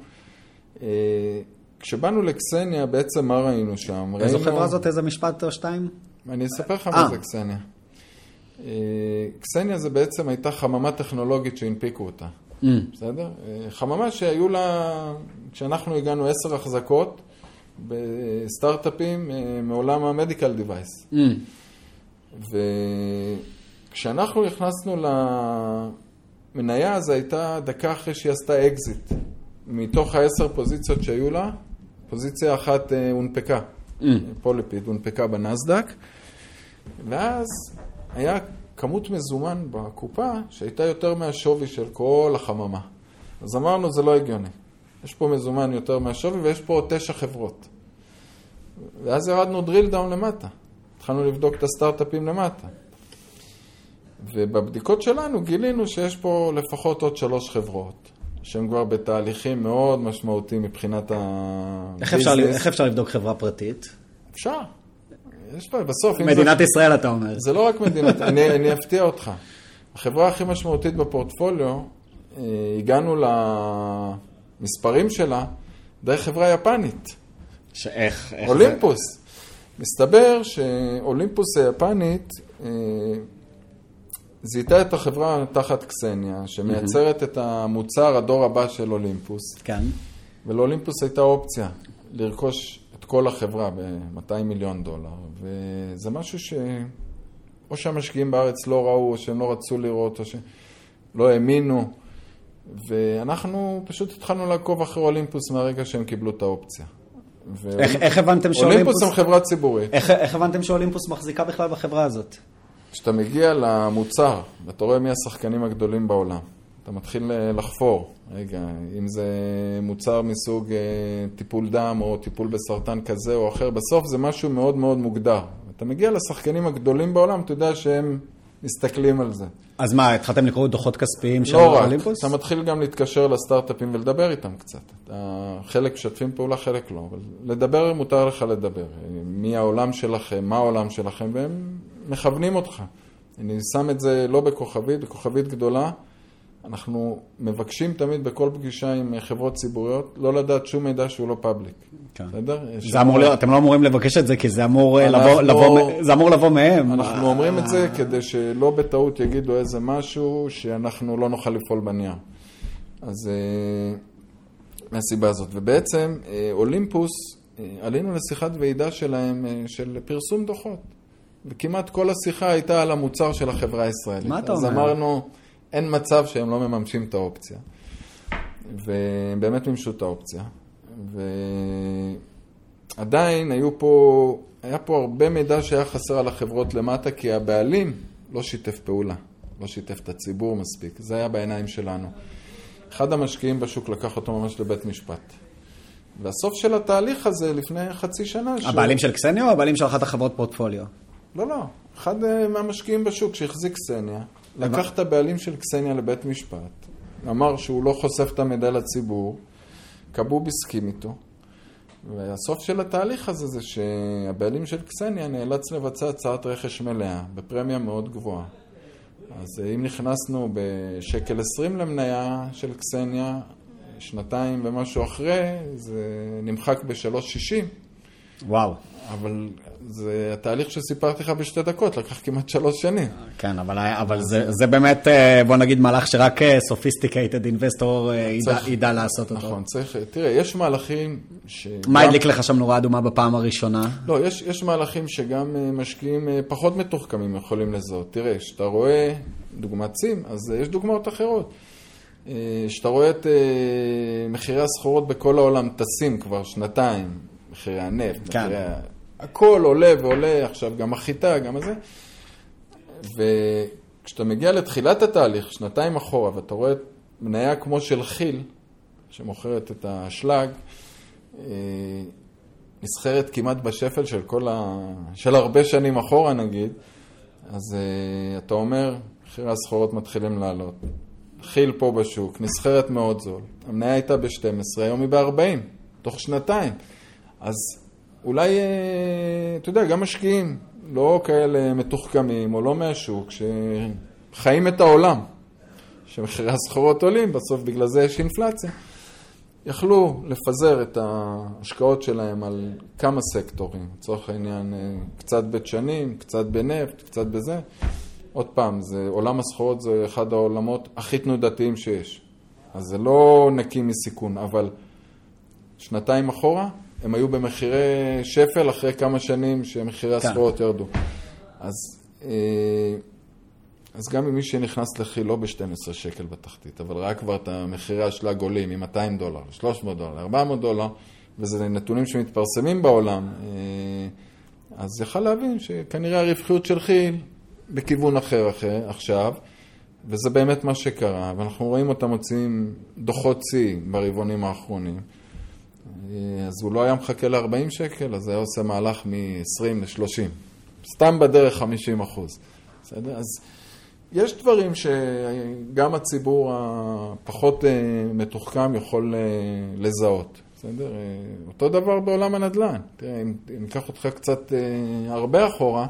כשבאנו לקסניה, בעצם מה ראינו שם? איזו חברה זאת, איזה משפט או שתיים? אני אספר לך מה זה קסניה. קסניה זה בעצם הייתה חממה טכנולוגית שהנפיקו אותה. בסדר? חממה שהיו לה, כשאנחנו הגענו 10 החזקות בסטארט-אפים מעולם המדיקל דיווייס. וכשאנחנו נכנסנו למניה, אז הייתה דקה אחרי שהיא עשתה אקזיט. מתוך 10 פוזיציות שהיו לה, פוזיציה אחת הונפקה, פוליפיד הונפקה בנסדק, ואז היה כמות מזומן בקופה שהייתה יותר מהשווי של כל החממה. אז אמרנו, זה לא הגיוני. יש פה מזומן יותר מהשווי ויש פה 9 חברות. ואז ירדנו דריל דאון למטה. התחלנו לבדוק את הסטארט-אפים למטה. ובבדיקות שלנו גילינו שיש פה לפחות עוד 3 חברות, שהן כבר בתהליכים מאוד משמעותיים מבחינת הביזנס. איך אפשר לבדוק חברה פרטית? אפשר. יש פה, בסוף... מדינת ישראל, אתה אומר. זה לא רק מדינת, אני אפתיע אותך. החברה הכי משמעותית בפורטפוליו, הגענו למספרים שלה, דרך חברה יפנית. שאיך? אולימפוס. מסתבר שאולימפוס היפנית זיהתה את החברה תחת קסניה, שמייצרת את המוצר הדור הבא של אולימפוס. כן. ולאולימפוס הייתה אופציה לרכוש את כל החברה ב$200 מיליון. וזה משהו או שהמשקיעים בארץ לא ראו, או שהם לא רצו לראות, או שלא האמינו. ואנחנו פשוט התחלנו לעקוב אחרי אולימפוס מהרגע שהם קיבלו את האופציה. איך הבנתם שאולימפוס... אולימפוס הם חברה ציבורית. איך הבנתם שאולימפוס מחזיקה בכלל בחברה הזאת? כשאתה מגיע למוצר, ואתה רואה מי השחקנים הגדולים בעולם, אתה מתחיל לחפור. רגע, אם זה מוצר מסוג טיפול דם או טיפול בסרטן כזה או אחר, בסוף זה משהו מאוד מאוד מוגדר. אתה מגיע לשחקנים הגדולים בעולם, אתה יודע שהם מסתכלים על זה. אז מה, התחלתם לקרוא דוחות כספיים של אולימפוס? אולימפוס? לא רק, אתה מתחיל גם להתקשר לסטארט-אפים ולדבר איתם קצת. חלק משתפים פעולה, חלק לא. אבל לדבר, מותר לך לדבר. מי העולם שלכם, מה העולם שלכם, והם מכוונים אותך. אני שם את זה לא בכוכבית, בכוכבית גדולה. אנחנו מבקשים תמיד בכל פגישה עם חברות ציבוריות, לא לדעת שום מידע שהוא לא פאבליק. זה אמור להיות, אתם לא אמורים לבקש את זה, כי זה אמור לבוא מהם. אנחנו אומרים את זה כדי שלא בטעות יגידו איזה משהו שאנחנו לא נוכל לפעול בנייר. אז מהסיבה הזאת. ובעצם אולימפוס, עלינו לשיחת ועידה שלהם של פרסום דוחות. וכמעט כל השיחה הייתה על המוצר של החברה הישראלית. מה אתה אומר? אז אמרנו, אין מצב שהם לא מממשים את האופציה. והם באמת ממשו את האופציה. ועדיין היה פה הרבה מידע שהיה חסר על החברות למטה, כי הבעלים לא שיתף פעולה, לא שיתף את הציבור מספיק. זה היה בעיניים שלנו. אחד המשקיעים בשוק לקח אותו ממש לבית משפט. והסוף של התהליך הזה לפני חצי שנה... הבעלים של קסניה או הבעלים של אחת החברות פורטפוליו? לא. אחד מהמשקיעים בשוק שהחזיק קסניה, לקח את הבעלים של קסניה לבית משפט, אמר שהוא לא חושף את המידע לציבור, קבוב הסכים איתו, והסוף של התהליך הזה זה שהבעלים של קסניה נאלץ לבצע הצעת רכש מלאה, בפרמיה מאוד גבוהה. אז אם נכנסנו בשקל 20 למניה של קסניה, שנתיים ומשהו אחרי, זה נמחק ב-3.60. וואו. אבל זה התהליך שסיפרתי לך בשתי דקות, לקח כמעט 3 שנים. כן, אבל זה באמת, בוא נגיד, מהלך שרק sophisticated investor ידע לעשות אותו. נכון, צריך, תראה, יש מהלכים מה הדליק לך שם נורא אדומה בפעם הראשונה? לא, יש מהלכים שגם משקיעים פחות מתוחכמים יכולים לזהות. תראה, שאתה רואה דוגמת סים, אז יש דוגמאות אחרות. שאתה רואה את מחירי הסחורות בכל העולם טסים כבר שנתיים, מחירי הנפט, מחירי... הכל עולה ועולה, עכשיו גם החיטה, גם הזה. וכשאתה מגיע לתחילת התהליך, שנתיים אחורה, ואתה רואה מניה כמו של חיל, שמוכרת את האשלג, נסחרת כמעט בשפל של הרבה שנים אחורה נגיד, אז אתה אומר, מחירי הסחורות מתחילים לעלות. חיל פה בשוק, נסחרת מאוד זול. המניה הייתה ב-12, היום היא ב-40, תוך שנתיים. אז אולי, אתה יודע, גם משקיעים, לא כאלה מתוחכמים או לא מהשוק, שחיים את העולם, שמחירי הסחורות עולים, בסוף בגלל זה יש אינפלציה, יכלו לפזר את ההשקעות שלהם על כמה סקטורים, לצורך העניין, קצת בדשנים, קצת בנפט, קצת בזה. עוד פעם, עולם הסחורות זה אחד העולמות הכי תנודתיים שיש. אז זה לא נקי מסיכון, אבל שנתיים אחורה, הם היו במחירי שפל אחרי כמה שנים שמחירי הסחורות ירדו. אז גם אם מי שנכנס לחיל לא ב-12 שקל בתחתית, אבל רק כבר את המחירי האשלג עולים עם $200, $300, $400, וזה נתונים שמתפרסמים בעולם, אז יכל להבין שכנראה הרווחיות של חיל בכיוון אחר עכשיו, וזה באמת מה שקרה, ואנחנו רואים אותם מוצאים דוחות C ברבעונים האחרונים, אז הוא לא היה מחכה ל-40 שקל, אז היה עושה מהלך מ-20 ל-30. סתם בדרך 50%. בסדר? אז יש דברים שגם הציבור הפחות מתוחכם יכול לזהות. בסדר? אותו דבר בעולם הנדל"ן. תראה, אם ניקח אותך קצת הרבה אחורה,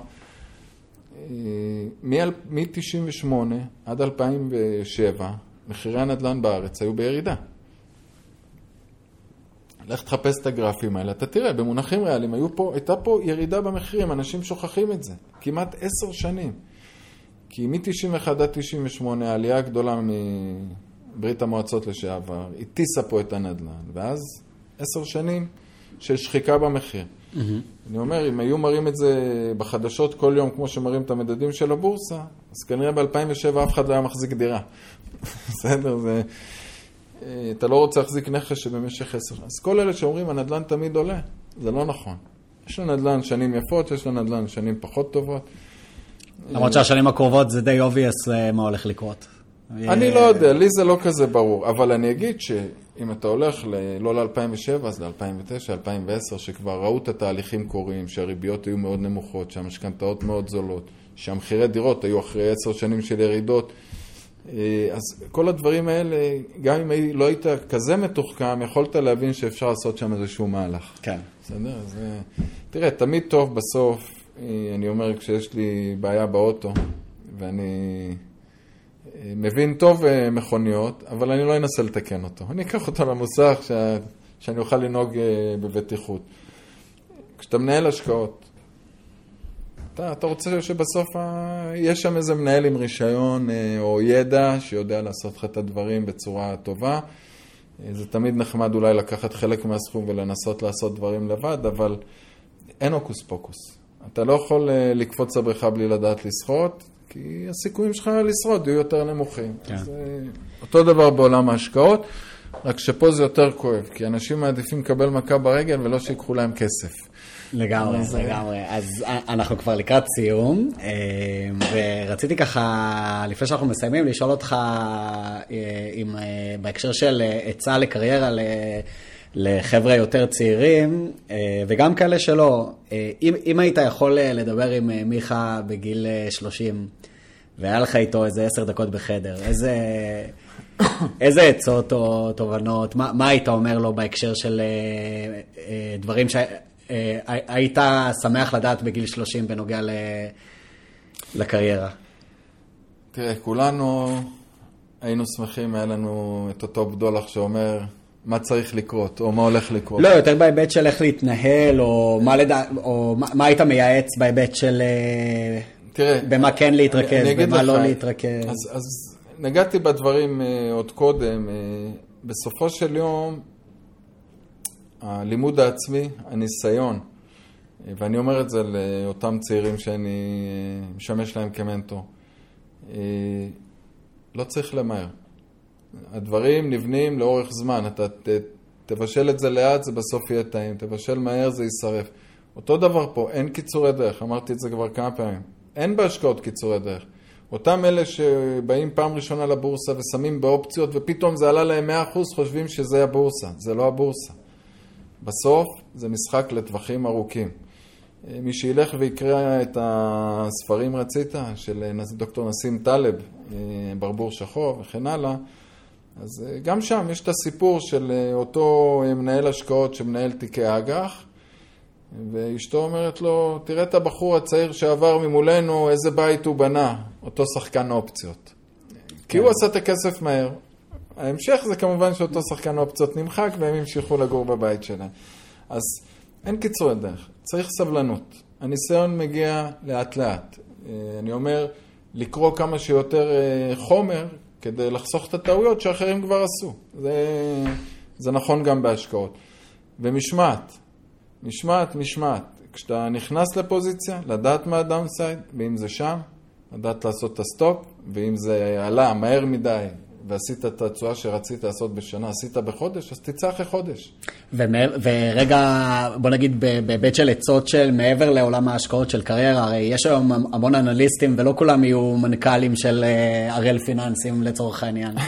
מ-98 עד 2007, מחירי הנדל"ן בארץ היו בירידה. לך תחפש את הגרפים האלה, אתה תראה, במונחים ריאליים הייתה פה ירידה במחירים, אנשים שוכחים את זה, כמעט 10 שנים. כי מ-91 עד 98, העלייה הגדולה מברית המועצות לשעבר, היא טיסה פה את הנדל"ן, ואז 10 שנים של שחיקה במחיר. אני אומר, אם היו מראים את זה בחדשות כל יום, כמו שמראים את המדדים של הבורסה, אז כנראה ב-2007 אף אחד לא היה מחזיק דירה. בסדר, זה... אתה לא רוצה להחזיק נכס שבמשך 10. אז כל אלה שאומרים, הנדל"ן תמיד עולה, זה לא נכון. יש לנדל"ן שנים יפות, יש לנדל"ן שנים פחות טובות. למרות שהשנים הקרובות זה די obvious מה הולך לקרות. אני לא יודע, לי זה לא כזה ברור, אבל אני אגיד שאם אתה הולך לא ל-2007, אז ל-2009, 2010, שכבר ראו את התהליכים קורים, שהריביות היו מאוד נמוכות, שהמשכנתאות מאוד זולות, שהמחירי דירות היו אחרי 10 שנים של ירידות, אז כל הדברים האלה, גם אם לא היית כזה מתוחכם, יכולת להבין שאפשר לעשות שם איזשהו מהלך. כן. בסדר? אז תראה, תמיד טוב בסוף, אני אומר, כשיש לי בעיה באוטו, ואני מבין טוב מכוניות, אבל אני לא אנסה לתקן אותו. אני אקח אותו למוסך שאני אוכל לנהוג בבטיחות. כשאתה מנהל השקעות, אתה רוצה שבסוף יש שם איזה מנהל עם רישיון או ידע שיודע לעשות לך את הדברים בצורה טובה. זה תמיד נחמד אולי לקחת חלק מהסכום ולנסות לעשות דברים לבד, אבל אין הוקוס פוקוס. אתה לא יכול לקפוץ לבריכה בלי לדעת לשחות, כי הסיכויים שלך לשרוד יהיו יותר נמוכים. כן. אז אותו דבר בעולם ההשקעות, רק שפה זה יותר כואב, כי אנשים מעדיפים לקבל מכה ברגל ולא שיקחו להם כסף. לגמרי, לגמרי. אז אנחנו כבר לקראת סיום, ורציתי ככה, לפני שאנחנו מסיימים, לשאול אותך בהקשר של עצה לקריירה לחבר'ה יותר צעירים, וגם כאלה שלא, אם היית יכול לדבר עם מיכה בגיל 30, והיה לך איתו איזה 10 דקות בחדר, איזה עצות או תובנות, מה היית אומר לו בהקשר של דברים היית שמח לדעת בגיל 30 בנוגע לקריירה? תראה, כולנו היינו שמחים, היה לנו את אותו בדולח שאומר מה צריך לקרות, או מה הולך לקרות. לא, יותר בהיבט של איך להתנהל, או מה היית מייעץ בהיבט של תראה, במה כן להתרכז, במה לא להתרכז. אז נגעתי בדברים עוד קודם, בסופו של יום, הלימוד העצמי, הניסיון, ואני אומר את זה לאותם צעירים שאני משמש להם כמנטור, לא צריך למהר. הדברים נבנים לאורך זמן, אתה תבשל את זה לאט, זה בסוף יהיה טעים, תבשל מהר, זה יישרף. אותו דבר פה, אין קיצורי דרך, אמרתי את זה כבר כמה פעמים, אין בהשקעות קיצורי דרך. אותם אלה שבאים פעם ראשונה לבורסה ושמים באופציות, ופתאום זה עלה להם 100%, חושבים שזה הבורסה, זה לא הבורסה. בסוף זה משחק לטווחים ארוכים. מי שילך ויקרא את הספרים רצית, של דוקטור נסים טלב, ברבור שחור וכן הלאה, אז גם שם יש את הסיפור של אותו מנהל השקעות שמנהל תיקי האג"ח, ואשתו אומרת לו, תראה את הבחור הצעיר שעבר ממולנו, איזה בית הוא בנה, אותו שחקן אופציות. כי הוא עשה את הכסף מהר. ההמשך זה כמובן שאותו שחקן אופציות נמחק, והם המשיכו לגור בבית שלהם. אז אין קיצורי דרך, צריך סבלנות. הניסיון מגיע לאט לאט. אני אומר, לקרוא כמה שיותר חומר, כדי לחסוך את הטעויות שאחרים כבר עשו. זה נכון גם בהשקעות. ומשמעת. משמעת. כשאתה נכנס לפוזיציה, לדעת מה הדאונסייד, ואם זה שם, לדעת לעשות את הסטופ, ואם זה עלה מהר מדי, ועשית את התשואה שרצית לעשות בשנה, עשית בחודש, אז תצא אחרי חודש. ורגע, בוא נגיד, בהיבט של עצות של מעבר לעולם ההשקעות של קריירה, הרי יש היום המון אנליסטים, ולא כולם יהיו מנכ"לים של הראל פיננסים לצורך העניין.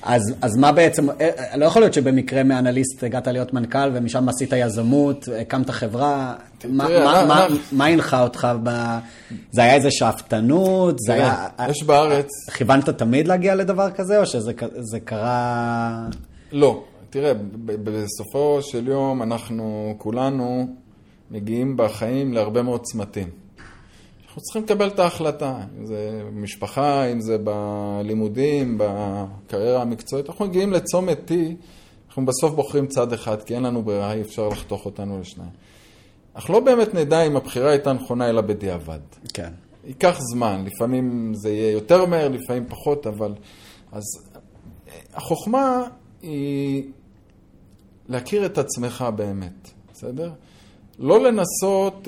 אז מה בעצם, לא יכול להיות שבמקרה מאנליסט הגעת להיות מנכ"ל ומשם עשית יזמות, הקמת חברה, מה הנחה אותך? זה היה איזה שאפתנות? יש בארץ... כיוונת תמיד להגיע לדבר כזה או שזה קרה... לא, תראה, בסופו של יום אנחנו כולנו מגיעים בחיים להרבה מאוד צמתים. אנחנו צריכים לקבל את ההחלטה, אם זה במשפחה, אם זה בלימודים, בקריירה המקצועית. אנחנו מגיעים לצומת T, אנחנו בסוף בוחרים צד אחד, כי אין לנו ברירה, אי אפשר לחתוך אותנו לשניים. אנחנו לא באמת נדע אם הבחירה הייתה נכונה, אלא בדיעבד. כן. ייקח זמן, לפעמים זה יהיה יותר מהר, לפעמים פחות, אבל... אז החוכמה היא להכיר את עצמך באמת, בסדר? לא לנסות...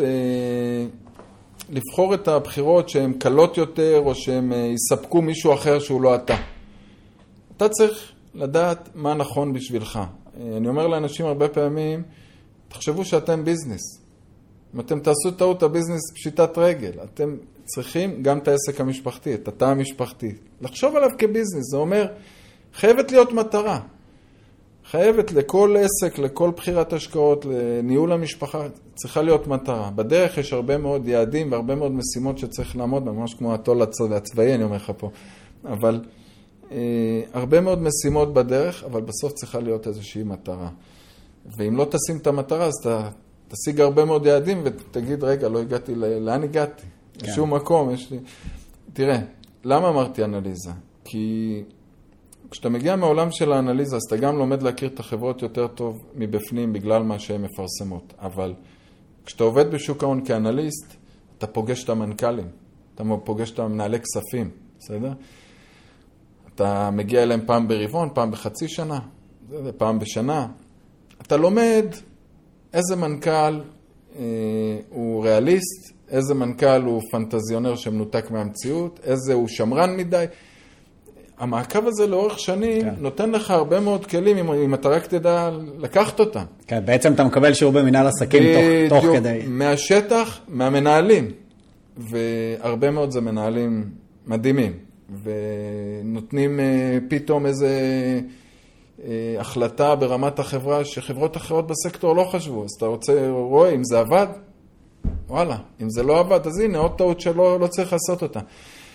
לבחור את הבחירות שהן קלות יותר או שהן יספקו מישהו אחר שהוא לא אתה. אתה צריך לדעת מה נכון בשבילך. אני אומר לאנשים הרבה פעמים, תחשבו שאתם ביזנס. אם אתם תעשו טעות הביזנס פשיטת רגל, אתם צריכים גם את העסק המשפחתי, את התא המשפחתי. לחשוב עליו כביזנס, זה אומר, חייבת להיות מטרה. חייבת לכל עסק, לכל בחירת השקעות, לניהול המשפחה, צריכה להיות מטרה. בדרך יש הרבה מאוד יעדים והרבה מאוד משימות שצריך לעמוד, ממש כמו התול הצבאי, אני אומר לך פה. אבל הרבה מאוד משימות בדרך, אבל בסוף צריכה להיות איזושהי מטרה. ואם לא תשים את המטרה, אז אתה תשיג הרבה מאוד יעדים ותגיד, רגע, לא הגעתי, לאן הגעתי? כן. בשום מקום, יש לי... תראה, למה אמרתי אנליזה? כי... כשאתה מגיע מהעולם של האנליזה, אז אתה גם לומד להכיר את החברות יותר טוב מבפנים בגלל מה שהן מפרסמות. אבל כשאתה עובד בשוק ההון כאנליסט, אתה פוגש את המנכ"לים, אתה פוגש את המנהלי כספים, בסדר? אתה מגיע אליהם פעם ברבעון, פעם בחצי שנה, פעם בשנה. אתה לומד איזה מנכ"ל הוא ריאליסט, איזה מנכ"ל הוא פנטזיונר שמנותק מהמציאות, איזה הוא שמרן מדי. המעקב הזה לאורך שנים כן. נותן לך הרבה מאוד כלים אם אתה רק תדע לקחת אותם. כן, בעצם אתה מקבל שיעור במנהל עסקים תוך כדי. מהשטח, מהמנהלים. והרבה מאוד זה מנהלים מדהימים. ונותנים פתאום איזה החלטה ברמת החברה שחברות אחרות בסקטור לא חשבו. אז אתה רואה אם זה עבד, וואלה. אם זה לא עבד, אז הנה עוד טעות שלא לא צריך לעשות אותה.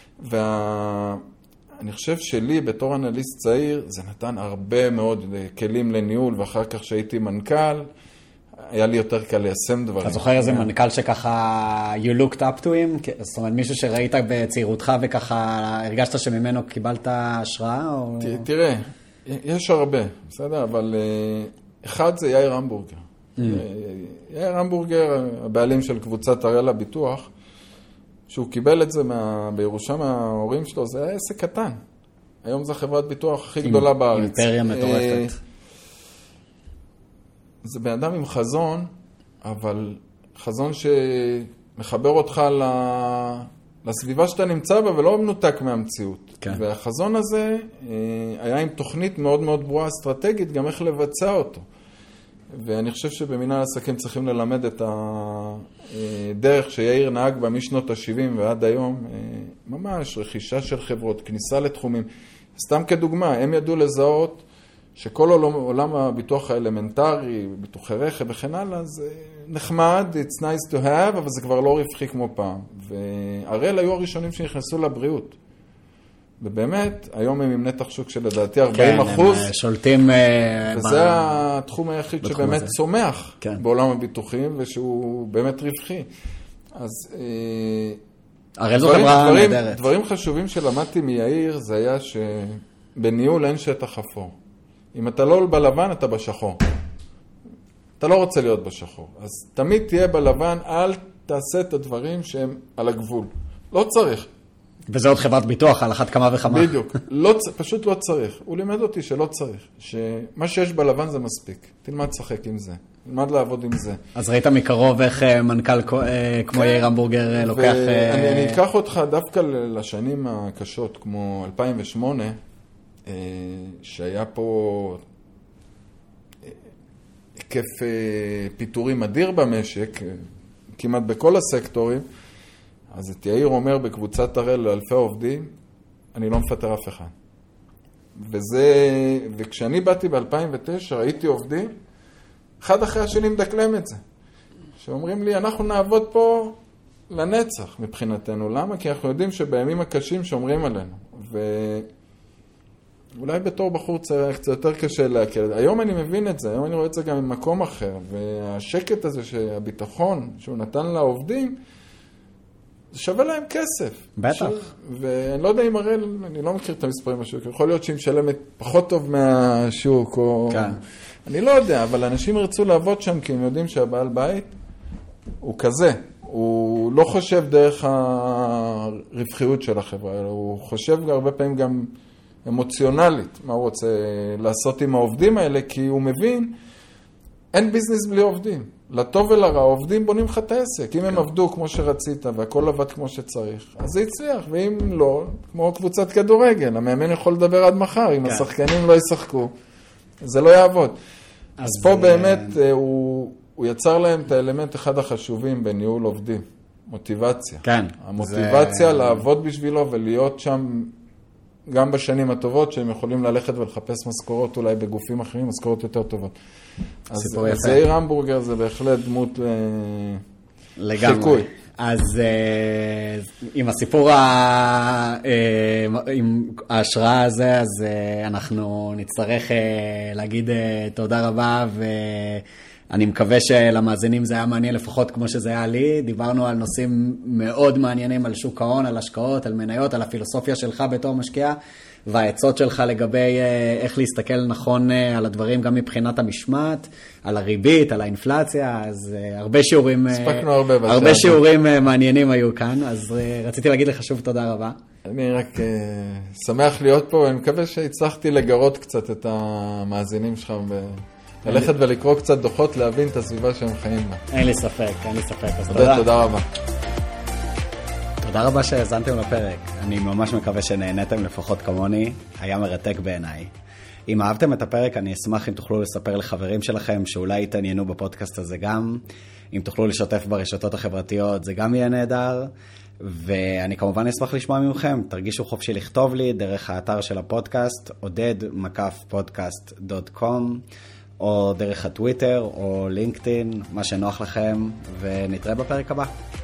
אני חושב שלי, בתור אנליסט צעיר, זה נתן הרבה מאוד כלים לניהול, ואחר כך שהייתי מנכ"ל, היה לי יותר קל ליישם דברים. אתה זוכר איזה מנכ"ל שככה you looked up to him? זאת אומרת, מישהו שראית בצעירותך וככה הרגשת שממנו קיבלת השראה? או... תראה, יש הרבה, בסדר? אבל אחד זה יאיר המבורגר. יאיר המבורגר, הבעלים של קבוצת הראל הביטוח, שהוא קיבל את זה בירושה מההורים שלו, זה היה עסק קטן. היום זו חברת ביטוח הכי גדולה בארץ. אימפריה מטורפת. זה בן אדם עם חזון, אבל חזון שמחבר אותך לסביבה שאתה נמצא בה, ולא מנותק מהמציאות. כן. והחזון הזה היה עם תוכנית מאוד מאוד ברורה אסטרטגית, גם איך לבצע אותו. ואני חושב שבמנהל עסקים צריכים ללמד את הדרך שיאיר נהג בה משנות ה-70 ועד היום, ממש רכישה של חברות, כניסה לתחומים. סתם כדוגמה, הם ידעו לזהות שכל עולם הביטוח האלמנטרי, ביטוחי רכב וכן הלאה, זה נחמד, it's nice to have, אבל זה כבר לא רווחי כמו פעם. והראל היו הראשונים שנכנסו לבריאות. ובאמת, היום הם עם נתח שוק של לדעתי 40%. כן, הם שולטים... וזה התחום היחיד שבאמת צומח בעולם הביטוחים, ושהוא באמת רווחי. אז... הרי זו חברה נהדרת. דברים חשובים שלמדתי מיאיר, זה היה שבניהול אין שטח אפור. אם אתה לא בלבן, אתה בשחור. אתה לא רוצה להיות בשחור. אז תמיד תהיה בלבן, אל תעשה את הדברים שהם על הגבול. לא צריך. וזה עוד חברת ביטוח, על אחת כמה וכמה. בדיוק. פשוט לא צריך. הוא לימד אותי שלא צריך. שמה שיש בלבן זה מספיק. תלמד לשחק עם זה. תלמד לעבוד עם זה. אז ראית מקרוב איך מנכ"ל כמו יאיר המבורגר לוקח... אני אקח אותך דווקא לשנים הקשות, כמו 2008, שהיה פה היקף פיטורים אדיר במשק, כמעט בכל הסקטורים. אז את יאיר אומר בקבוצת הראל לאלפי עובדים, אני לא מפטר אף אחד. וכשאני באתי ב-2009, ראיתי עובדים, אחד אחרי השני מדקלם את זה. שאומרים לי, אנחנו נעבוד פה לנצח מבחינתנו. למה? כי אנחנו יודעים שבימים הקשים שומרים עלינו. ואולי בתור בחור צעיר קצת יותר קשה להקל. היום אני מבין את זה, היום אני רואה את זה גם במקום אחר. והשקט הזה, שהביטחון שהוא נתן לעובדים, זה שווה להם כסף. בטח. ואני לא יודע אם הראל, אני לא מכיר את המספרים בשוק, יכול להיות שהיא משלמת פחות טוב מהשוק, או... כן. אני לא יודע, אבל אנשים ירצו לעבוד שם, כי הם יודעים שהבעל בית הוא כזה. הוא לא חושב דרך הרווחיות של החברה, אלא הוא חושב הרבה פעמים גם אמוציונלית, מה הוא רוצה לעשות עם העובדים האלה, כי הוא מבין, אין ביזנס בלי עובדים. לטוב ולרע, העובדים בונים לך את העסק. אם הם עבדו כמו שרצית והכל עבד כמו שצריך, אז זה יצליח. ואם לא, כמו קבוצת כדורגל, המאמן יכול לדבר עד מחר, אם השחקנים לא ישחקו, זה לא יעבוד. אז פה באמת הוא יצר להם את האלמנט אחד החשובים בניהול עובדים, מוטיבציה. כן. המוטיבציה לעבוד בשבילו ולהיות שם גם בשנים הטובות, שהם יכולים ללכת ולחפש משכורות אולי בגופים אחרים, משכורות יותר טובות. אז זעיר המבורגר זה בהחלט דמות לחיקוי. אז עם הסיפור, עם ההשראה הזה, אז אנחנו נצטרך להגיד תודה רבה, ואני מקווה שלמאזינים זה היה מעניין לפחות כמו שזה היה לי. דיברנו על נושאים מאוד מעניינים, על שוק ההון, על השקעות, על מניות, על הפילוסופיה שלך בתור משקיע, והעצות שלך לגבי איך להסתכל נכון על הדברים, גם מבחינת המשמעת, על הריבית, על האינפלציה, אז הרבה שיעורים, הרבה שיעורים מעניינים היו כאן, אז רציתי להגיד לך שוב תודה רבה. אני רק שמח להיות פה, ואני מקווה שהצלחתי לגרות קצת את המאזינים שלך, ללכת ולקרוא קצת דוחות, להבין את הסביבה שהם חיים בה. אין לי ספק, אין לי ספק, אז תודה רבה. תודה רבה שהאזנתם לפרק. אני ממש מקווה שנהנתם לפחות כמוני. היה מרתק בעיניי. אם אהבתם את הפרק, אני אשמח אם תוכלו לספר לחברים שלכם שאולי יתעניינו בפודקאסט הזה גם. אם תוכלו לשתף ברשתות החברתיות, זה גם יהיה נהדר. ואני כמובן אשמח לשמוע ממכם. תרגישו חופשי לכתוב לי דרך האתר של הפודקאסט, oded-podcast.com, או דרך הטוויטר או לינקדאין, מה שנוח לכם, ונתראה בפרק הבא.